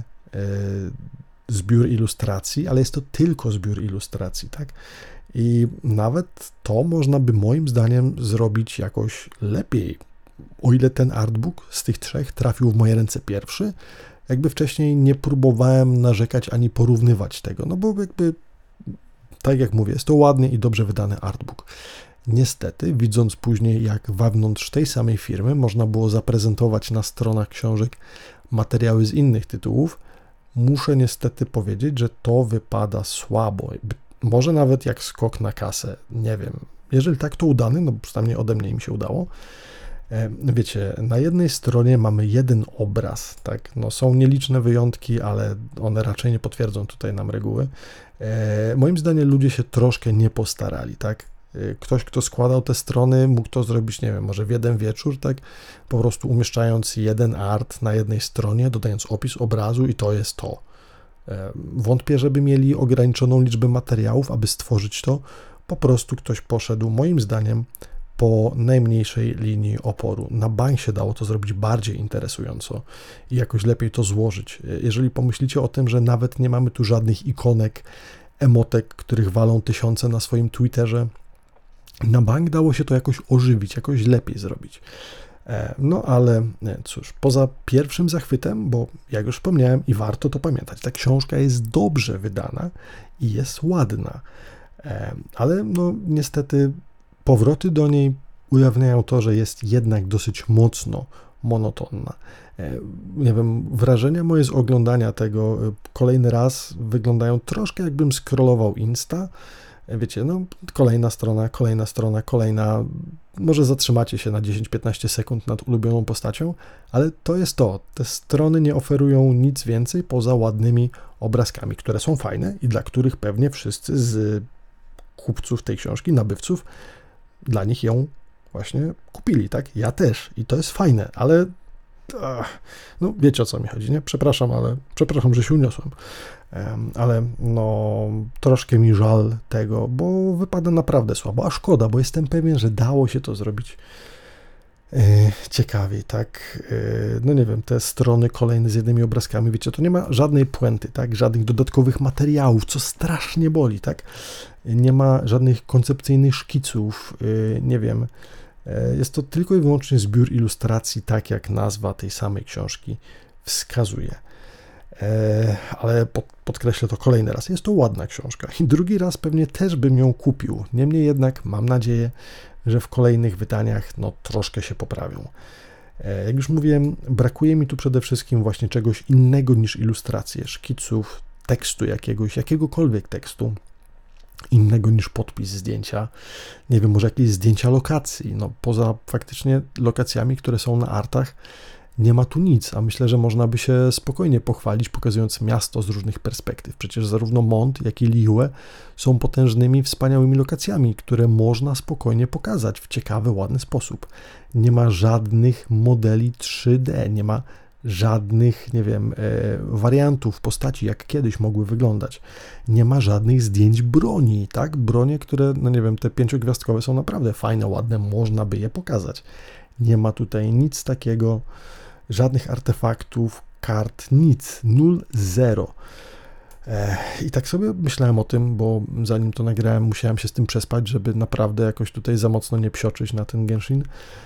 zbiór ilustracji, ale jest to tylko zbiór ilustracji, tak? I nawet to można by moim zdaniem zrobić jakoś lepiej. O ile ten artbook z tych 3 trafił w moje ręce pierwszy, jakby wcześniej nie próbowałem narzekać ani porównywać tego, no bo jakby, tak jak mówię, jest to ładnie i dobrze wydany artbook. Niestety, widząc później, jak wewnątrz tej samej firmy można było zaprezentować na stronach książek materiały z innych tytułów, muszę niestety powiedzieć, że to wypada słabo. Może nawet jak skok na kasę, nie wiem. Jeżeli tak, to udany, no przynajmniej ode mnie im się udało. Wiecie, na jednej stronie mamy jeden obraz, tak, no są nieliczne wyjątki, ale one raczej nie potwierdzą tutaj nam reguły. Moim zdaniem ludzie się troszkę nie postarali, tak. Ktoś, kto składał te strony, mógł to zrobić, nie wiem, może w jeden wieczór, tak, po prostu umieszczając jeden art na jednej stronie, dodając opis obrazu i to jest to. Wątpię, żeby mieli ograniczoną liczbę materiałów, aby stworzyć to. Po prostu ktoś poszedł, moim zdaniem, po najmniejszej linii oporu. Na bank się dało to zrobić bardziej interesująco i jakoś lepiej to złożyć. Jeżeli pomyślicie o tym, że nawet nie mamy tu żadnych ikonek, emotek, których walą tysiące na swoim Twitterze, na bank dało się to jakoś ożywić, jakoś lepiej zrobić. No ale cóż, poza pierwszym zachwytem, bo jak już wspomniałem i warto to pamiętać, ta książka jest dobrze wydana i jest ładna, ale no niestety powroty do niej ujawniają to, że jest jednak dosyć mocno monotonna. Nie wiem, wrażenia moje z oglądania tego kolejny raz wyglądają troszkę jakbym scrollował Insta. Wiecie, no kolejna, może zatrzymacie się na 10-15 sekund nad ulubioną postacią, ale to jest to. Te strony nie oferują nic więcej poza ładnymi obrazkami, które są fajne i dla których pewnie wszyscy z kupców tej książki, nabywców, dla nich ją właśnie kupili, tak? Ja też i to jest fajne, ale no wiecie, o co mi chodzi, nie? Przepraszam, że się uniosłem, ale no troszkę mi żal tego, bo wypada naprawdę słabo, a szkoda, bo jestem pewien, że dało się to zrobić ciekawiej, tak? No nie wiem, te strony kolejne z jednymi obrazkami, wiecie, to nie ma żadnej puenty, tak? Żadnych dodatkowych materiałów, co strasznie boli, tak? Nie ma żadnych koncepcyjnych szkiców, nie wiem. Jest to tylko i wyłącznie zbiór ilustracji, tak jak nazwa tej samej książki wskazuje. Ale podkreślę to kolejny raz. Jest to ładna książka i drugi raz pewnie też bym ją kupił. Niemniej jednak mam nadzieję, że w kolejnych wydaniach no troszkę się poprawią. Jak już mówiłem, brakuje mi tu przede wszystkim właśnie czegoś innego niż ilustracje, szkiców, tekstu jakiegokolwiek tekstu, innego niż podpis zdjęcia, nie wiem, może jakieś zdjęcia lokacji, no poza faktycznie lokacjami, które są na artach, nie ma tu nic, a myślę, że można by się spokojnie pochwalić, pokazując miasto z różnych perspektyw. Przecież zarówno Mont, jak i Liyue są potężnymi, wspaniałymi lokacjami, które można spokojnie pokazać w ciekawy, ładny sposób. Nie ma żadnych modeli 3D, nie ma żadnych, nie wiem, wariantów postaci, jak kiedyś mogły wyglądać. Nie ma żadnych zdjęć broni, tak? Bronie, które, no nie wiem, te 5-gwiazdkowe są naprawdę fajne, ładne, można by je pokazać. Nie ma tutaj nic takiego, żadnych artefaktów, kart, nic, 0, 0. I tak sobie myślałem o tym, bo zanim to nagrałem, musiałem się z tym przespać, żeby naprawdę jakoś tutaj za mocno nie psioczyć na ten Genshin.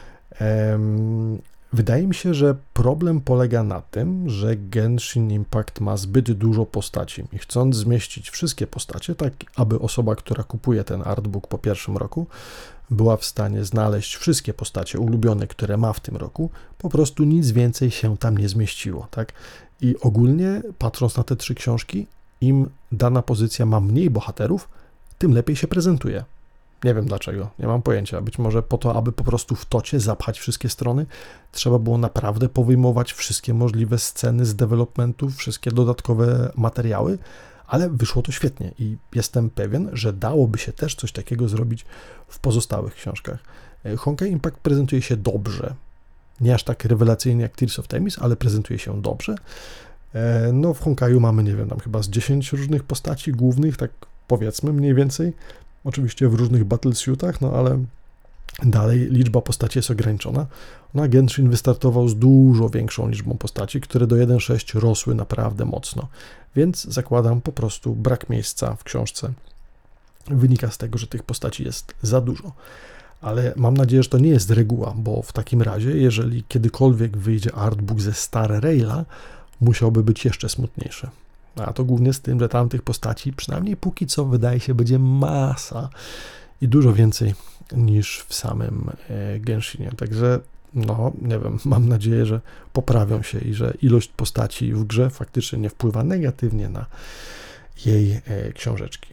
Wydaje mi się, że problem polega na tym, że Genshin Impact ma zbyt dużo postaci i chcąc zmieścić wszystkie postacie, tak aby osoba, która kupuje ten artbook po pierwszym roku, była w stanie znaleźć wszystkie postacie ulubione, które ma w tym roku, po prostu nic więcej się tam nie zmieściło, tak? I ogólnie, patrząc na te 3 książki, im dana pozycja ma mniej bohaterów, tym lepiej się prezentuje. Nie wiem dlaczego, nie mam pojęcia. Być może po to, aby po prostu w tocie zapchać wszystkie strony, trzeba było naprawdę powyjmować wszystkie możliwe sceny z developmentu, wszystkie dodatkowe materiały, ale wyszło to świetnie i jestem pewien, że dałoby się też coś takiego zrobić w pozostałych książkach. Honkai Impact prezentuje się dobrze. Nie aż tak rewelacyjnie jak Tears of Themis, ale prezentuje się dobrze. No w Honkaiu mamy, nie wiem, tam chyba z 10 różnych postaci głównych, tak powiedzmy mniej więcej. Oczywiście w różnych battlesuitach, no ale dalej liczba postaci jest ograniczona. No a Genshin wystartował z dużo większą liczbą postaci, które do 1.6 rosły naprawdę mocno. Więc zakładam po prostu brak miejsca w książce. Wynika z tego, że tych postaci jest za dużo. Ale mam nadzieję, że to nie jest reguła, bo w takim razie, jeżeli kiedykolwiek wyjdzie artbook ze Star Raila, musiałby być jeszcze smutniejszy. A to głównie z tym, że tam tych postaci, przynajmniej póki co, wydaje się, będzie masa i dużo więcej niż w samym Genshinie. Także, no, nie wiem, mam nadzieję, że poprawią się i że ilość postaci w grze faktycznie nie wpływa negatywnie na jej książeczki.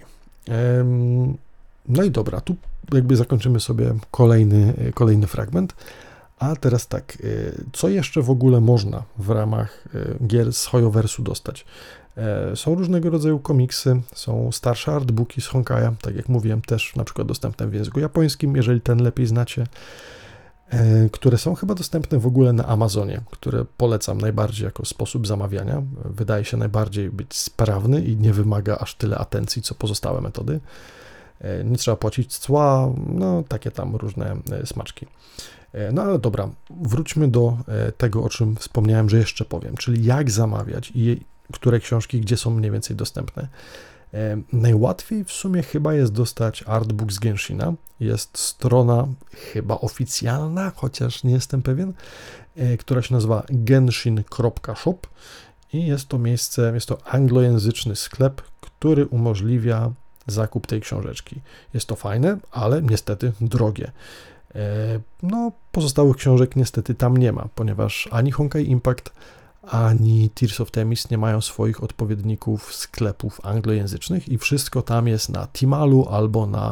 No i dobra, tu jakby zakończymy sobie kolejny fragment. A teraz tak, co jeszcze w ogóle można w ramach gier z Hoyoversu dostać? Są różnego rodzaju komiksy, są starsze artbooki z Honkaja, tak jak mówiłem, też na przykład dostępne w języku japońskim, jeżeli ten lepiej znacie, które są chyba dostępne w ogóle na Amazonie, które polecam najbardziej jako sposób zamawiania. Wydaje się najbardziej być sprawny i nie wymaga aż tyle atencji, co pozostałe metody. Nie trzeba płacić cła, no takie tam różne smaczki. No ale dobra, wróćmy do tego, o czym wspomniałem, że jeszcze powiem, czyli jak zamawiać i które książki, gdzie są mniej więcej dostępne. Najłatwiej w sumie chyba jest dostać artbook z Genshina. Jest strona chyba oficjalna, chociaż nie jestem pewien, która się nazywa genshin.shop i jest to miejsce, jest to anglojęzyczny sklep, który umożliwia zakup tej książeczki. Jest to fajne, ale niestety drogie. No, pozostałych książek niestety tam nie ma, ponieważ ani Honkai Impact, ani Tears of Themis nie mają swoich odpowiedników sklepów anglojęzycznych i wszystko tam jest na Timalu albo na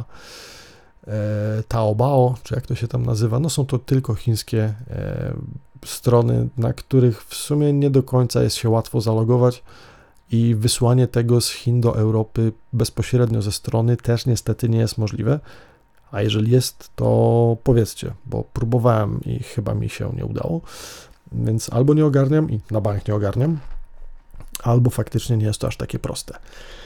Taobao, czy jak to się tam nazywa. No są to tylko chińskie strony, na których w sumie nie do końca jest się łatwo zalogować i wysłanie tego z Chin do Europy bezpośrednio ze strony też niestety nie jest możliwe. A jeżeli jest, to powiedzcie, bo próbowałem i chyba mi się nie udało. Więc albo nie ogarniam i na bank nie ogarniam, albo faktycznie nie jest to aż takie proste.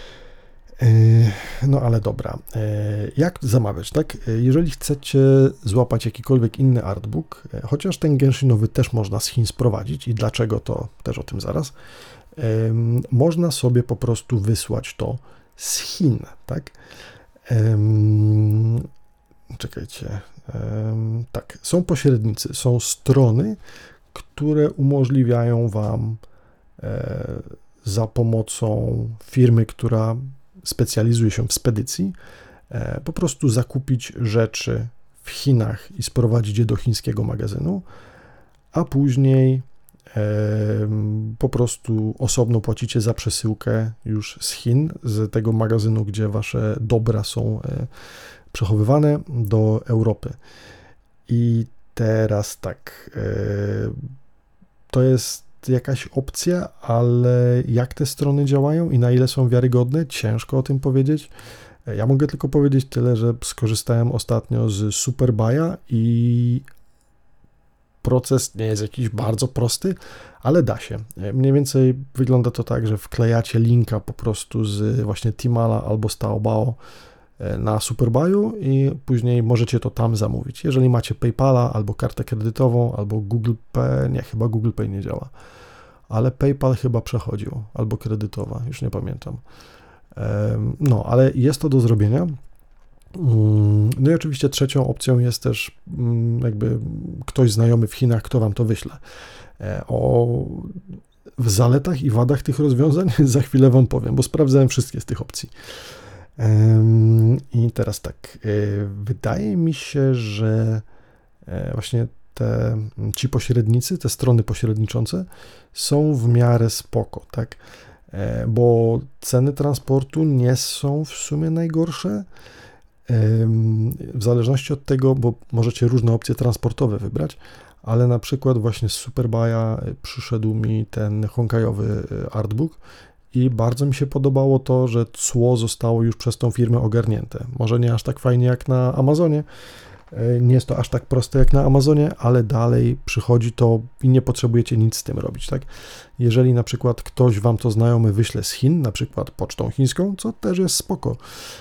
No ale dobra, jak zamawiać, tak? Jeżeli chcecie złapać jakikolwiek inny artbook, chociaż ten Genshinowy też można z Chin sprowadzić i dlaczego, to też o tym zaraz, można sobie po prostu wysłać to z Chin, tak? Czekajcie, tak, są pośrednicy, są strony, które umożliwiają Wam za pomocą firmy, która specjalizuje się w spedycji, po prostu zakupić rzeczy w Chinach i sprowadzić je do chińskiego magazynu, a później po prostu osobno płacicie za przesyłkę już z Chin, z tego magazynu, gdzie Wasze dobra są przechowywane, do Europy. I teraz tak, to jest jakaś opcja, ale jak te strony działają i na ile są wiarygodne, ciężko o tym powiedzieć. Ja mogę tylko powiedzieć tyle, że skorzystałem ostatnio z Superbuya i proces nie jest jakiś bardzo prosty, ale da się. Mniej więcej wygląda to tak, że wklejacie linka po prostu z właśnie Timala albo z Taobao na Superbuyu i później możecie to tam zamówić. Jeżeli macie PayPala albo kartę kredytową albo Google Pay, nie, chyba Google Pay nie działa, ale PayPal chyba przechodził, albo kredytowa, już nie pamiętam. No, ale jest to do zrobienia. No i oczywiście trzecią opcją jest też jakby ktoś znajomy w Chinach, kto wam to wyśle. O zaletach i wadach tych rozwiązań za chwilę wam powiem, bo sprawdzałem wszystkie z tych opcji. I teraz tak, wydaje mi się, że właśnie ci pośrednicy, te strony pośredniczące są w miarę spoko, tak? Bo ceny transportu nie są w sumie najgorsze. W zależności od tego, bo możecie różne opcje transportowe wybrać, ale na przykład właśnie z Superbuya przyszedł mi ten honkajowy artbook i bardzo mi się podobało to, że cło zostało już przez tą firmę ogarnięte. Może nie aż tak fajnie jak na Amazonie, nie jest to aż tak proste jak na Amazonie, ale dalej przychodzi to i nie potrzebujecie nic z tym robić, tak? Jeżeli na przykład ktoś wam to znajomy wyśle z Chin, na przykład pocztą chińską, co też jest spoko,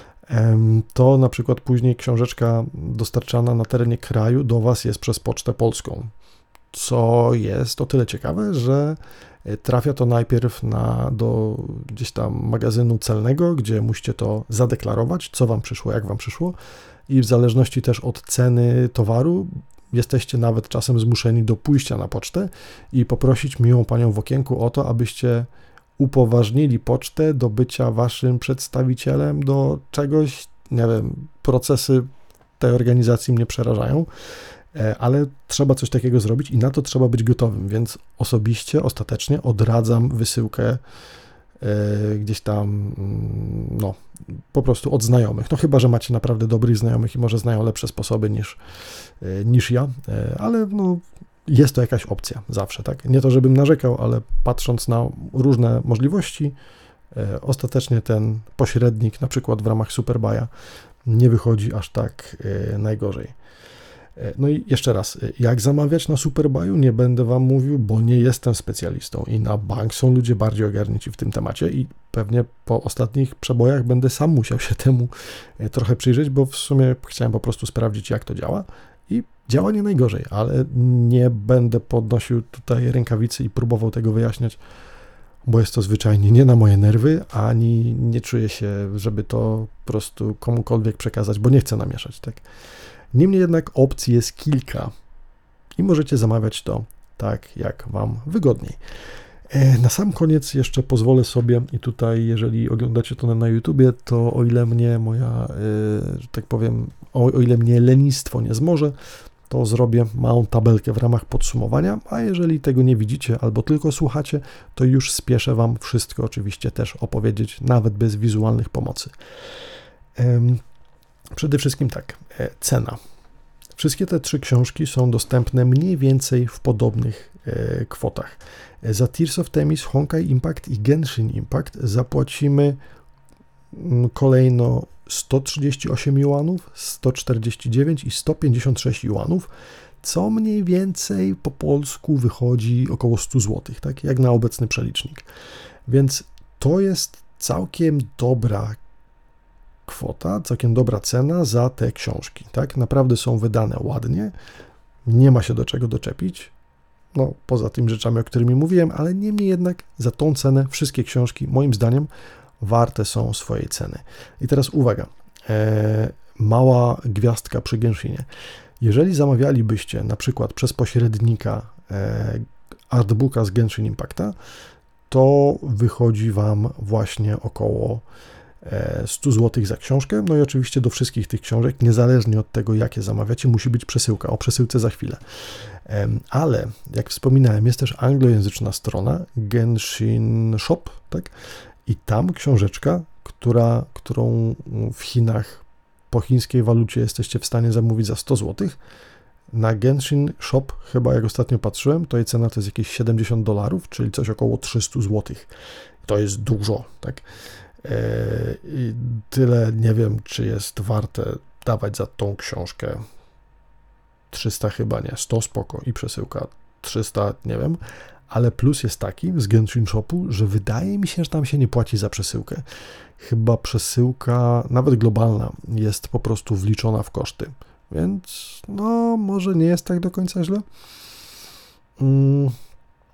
to na przykład później książeczka dostarczana na terenie kraju do was jest przez pocztę polską, co jest o tyle ciekawe, że trafia to najpierw do gdzieś tam magazynu celnego, gdzie musicie to zadeklarować, co wam przyszło, jak wam przyszło i w zależności też od ceny towaru jesteście nawet czasem zmuszeni do pójścia na pocztę i poprosić miłą panią w okienku o to, abyście upoważnili pocztę do bycia waszym przedstawicielem do czegoś, nie wiem, procesy tej organizacji mnie przerażają, ale trzeba coś takiego zrobić i na to trzeba być gotowym, więc osobiście, ostatecznie odradzam wysyłkę gdzieś tam, no, po prostu od znajomych. No chyba, że macie naprawdę dobrych znajomych i może znają lepsze sposoby niż ja, ale no, jest to jakaś opcja zawsze, tak? Nie to, żebym narzekał, ale patrząc na różne możliwości, ostatecznie ten pośrednik, na przykład w ramach Superbuya, nie wychodzi aż tak najgorzej. No i jeszcze raz, jak zamawiać na Superbuyu, nie będę wam mówił, bo nie jestem specjalistą i na bank są ludzie bardziej ogarnięci w tym temacie i pewnie po ostatnich przebojach będę sam musiał się temu trochę przyjrzeć, bo w sumie chciałem po prostu sprawdzić, jak to działa i działa nie najgorzej, ale nie będę podnosił tutaj rękawicy i próbował tego wyjaśniać, bo jest to zwyczajnie nie na moje nerwy, ani nie czuję się, żeby to po prostu komukolwiek przekazać, bo nie chcę namieszać, tak? Niemniej jednak opcji jest kilka i możecie zamawiać to tak, jak wam wygodniej. Na sam koniec jeszcze pozwolę sobie i tutaj, jeżeli oglądacie to na YouTubie, to o ile mnie że tak powiem, o ile mnie lenistwo nie zmoże, to zrobię małą tabelkę w ramach podsumowania, a jeżeli tego nie widzicie albo tylko słuchacie, to już spieszę wam wszystko oczywiście też opowiedzieć, nawet bez wizualnych pomocy. Przede wszystkim tak, cena. Wszystkie te 3 książki są dostępne mniej więcej w podobnych kwotach. Za Tears of Themis, Honkai Impact i Genshin Impact zapłacimy kolejno 138 juanów, 149 i 156 juanów, co mniej więcej po polsku wychodzi około 100 zł, tak jak na obecny przelicznik. Więc to jest całkiem dobra kwota, całkiem dobra cena za te książki, tak? Naprawdę są wydane ładnie, nie ma się do czego doczepić, no poza tymi rzeczami, o którymi mówiłem, ale niemniej jednak za tą cenę wszystkie książki, moim zdaniem, warte są swojej ceny. I teraz uwaga, mała gwiazdka przy Genshinie. Jeżeli zamawialibyście na przykład przez pośrednika artbooka z Genshin Impacta, to wychodzi wam właśnie około 100 zł za książkę, no i oczywiście do wszystkich tych książek, niezależnie od tego, jakie zamawiacie, musi być przesyłka. O przesyłce za chwilę. Ale, jak wspominałem, jest też anglojęzyczna strona Genshin Shop, tak? I tam książeczka, którą w Chinach po chińskiej walucie jesteście w stanie zamówić za 100 zł, na Genshin Shop, chyba jak ostatnio patrzyłem, to jej cena to jest jakieś $70, czyli coś około 300 zł. To jest dużo, tak? I tyle nie wiem, czy jest warte dawać za tą książkę 300 chyba nie, 100 spoko i przesyłka 300, nie wiem, ale plus jest taki z Genshin Shopu, że wydaje mi się, że tam się nie płaci za przesyłkę. Chyba przesyłka, nawet globalna, jest po prostu wliczona w koszty, więc no może nie jest tak do końca źle.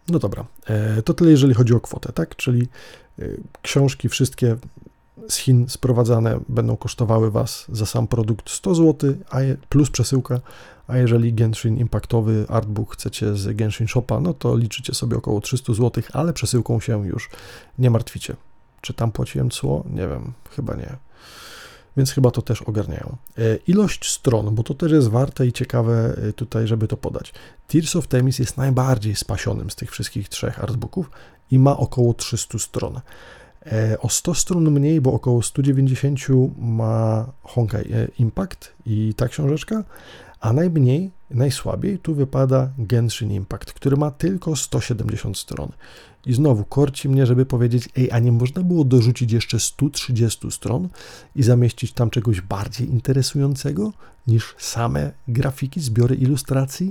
No dobra, to tyle jeżeli chodzi o kwotę, tak? Czyli książki wszystkie z Chin sprowadzane będą kosztowały Was za sam produkt 100 zł, plus przesyłka, a jeżeli Genshin Impactowy Artbook chcecie z Genshin Shopa, no to liczycie sobie około 300 zł, ale przesyłką się już nie martwicie. Czy tam płaciłem cło? Nie wiem, chyba nie. Więc chyba to też ogarniają. Ilość stron, bo to też jest warte i ciekawe tutaj, żeby to podać. Tears of Themis jest najbardziej spasionym z tych wszystkich 3 artbooków i ma około 300 stron. O 100 stron mniej, bo około 190 ma Honkai Impact i ta książeczka, a najmniej, najsłabiej tu wypada Genshin Impact, który ma tylko 170 stron. I znowu korci mnie, żeby powiedzieć, a nie można było dorzucić jeszcze 130 stron i zamieścić tam czegoś bardziej interesującego niż same grafiki, zbiory ilustracji?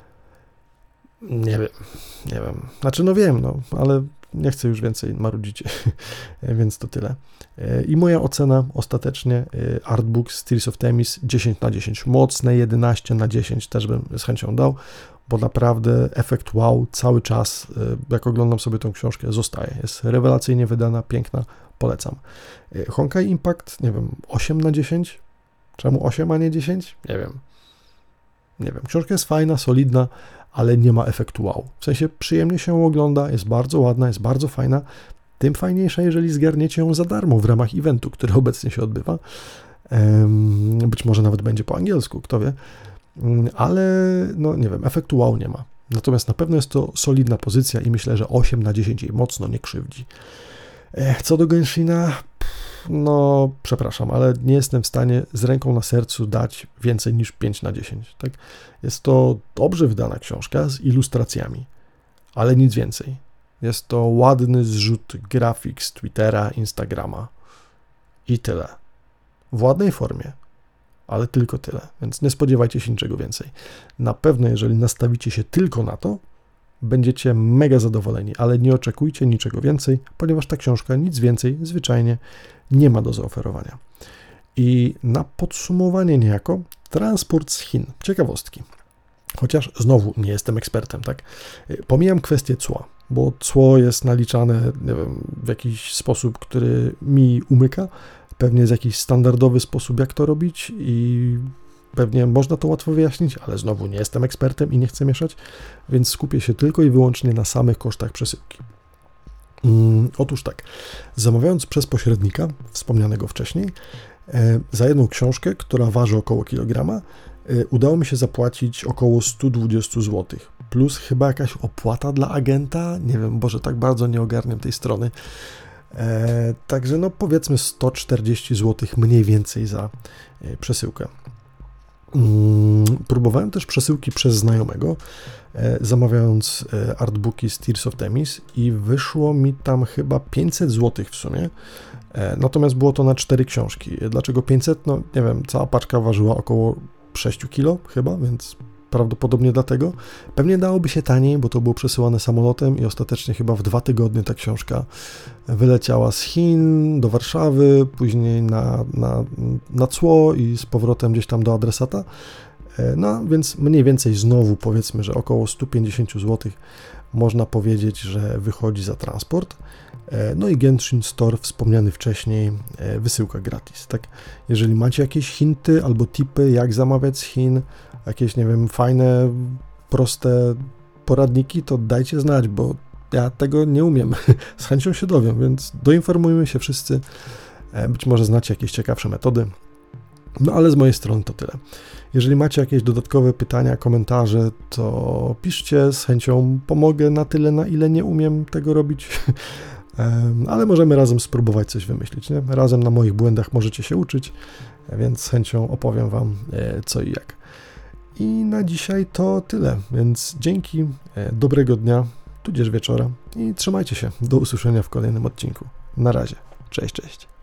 Nie wiem. Znaczy, no wiem, ale nie chcę już więcej marudzić, więc to tyle. I moja ocena ostatecznie Artbook z Tears of Themis 10/10. Mocne 11/10 też bym z chęcią dał, bo naprawdę efekt wow cały czas, jak oglądam sobie tą książkę, zostaje. Jest rewelacyjnie wydana, piękna, polecam. Honkai Impact, nie wiem, 8/10? Czemu 8, a nie 10? Nie wiem. Książka jest fajna, solidna, ale nie ma efektu wow. W sensie przyjemnie się ogląda, jest bardzo ładna, jest bardzo fajna. Tym fajniejsza, jeżeli zgarniecie ją za darmo w ramach eventu, który obecnie się odbywa. Być może nawet będzie po angielsku, kto wie. Ale no nie wiem, efektu wow nie ma. Natomiast na pewno jest to solidna pozycja i myślę, że 8/10 jej mocno nie krzywdzi. Co do Genshina, no przepraszam, ale nie jestem w stanie z ręką na sercu dać więcej niż 5/10. Tak? Jest to dobrze wydana książka z ilustracjami, ale nic więcej. Jest to ładny zrzut grafik z Twittera, Instagrama i tyle. W ładnej formie, ale tylko tyle, więc nie spodziewajcie się niczego więcej. Na pewno, jeżeli nastawicie się tylko na to, będziecie mega zadowoleni, ale nie oczekujcie niczego więcej, ponieważ ta książka nic więcej zwyczajnie nie ma do zaoferowania. I na podsumowanie niejako, transport z Chin. Ciekawostki. Chociaż znowu nie jestem ekspertem, tak? Pomijam kwestię cła, bo cło jest naliczane, nie wiem, w jakiś sposób, który mi umyka. Pewnie jest jakiś standardowy sposób, jak to robić i pewnie można to łatwo wyjaśnić, ale znowu nie jestem ekspertem i nie chcę mieszać, więc skupię się tylko i wyłącznie na samych kosztach przesyłki. Otóż tak, zamawiając przez pośrednika, wspomnianego wcześniej, za jedną książkę, która waży około kilograma, udało mi się zapłacić około 120 zł, plus chyba jakaś opłata dla agenta, nie wiem, Boże, tak bardzo nie ogarniam tej strony, także no powiedzmy 140 zł mniej więcej za przesyłkę. Próbowałem też przesyłki przez znajomego, zamawiając artbooki z Tears of Themis i wyszło mi tam chyba 500 zł w sumie, natomiast było to na 4 książki. Dlaczego 500? No nie wiem, cała paczka ważyła około 6 kg chyba, więc prawdopodobnie dlatego. Pewnie dałoby się taniej, bo to było przesyłane samolotem i ostatecznie chyba w 2 tygodnie ta książka wyleciała z Chin do Warszawy, później na cło i z powrotem gdzieś tam do adresata. No więc mniej więcej znowu powiedzmy, że około 150 zł można powiedzieć, że wychodzi za transport. No i Genshin Store wspomniany wcześniej, wysyłka gratis, tak? Jeżeli macie jakieś hinty albo tipy, jak zamawiać z Chin, jakieś, nie wiem, fajne, proste poradniki, to dajcie znać, bo ja tego nie umiem. Z chęcią się dowiem, więc doinformujmy się wszyscy. Być może znacie jakieś ciekawsze metody. No ale z mojej strony to tyle. Jeżeli macie jakieś dodatkowe pytania, komentarze, to piszcie, z chęcią pomogę na tyle, na ile nie umiem tego robić. Ale możemy razem spróbować coś wymyślić, nie? Razem na moich błędach możecie się uczyć, więc z chęcią opowiem Wam co i jak. I na dzisiaj to tyle, więc dzięki, dobrego dnia, tudzież wieczora i trzymajcie się. Do usłyszenia w kolejnym odcinku. Na razie. Cześć, cześć.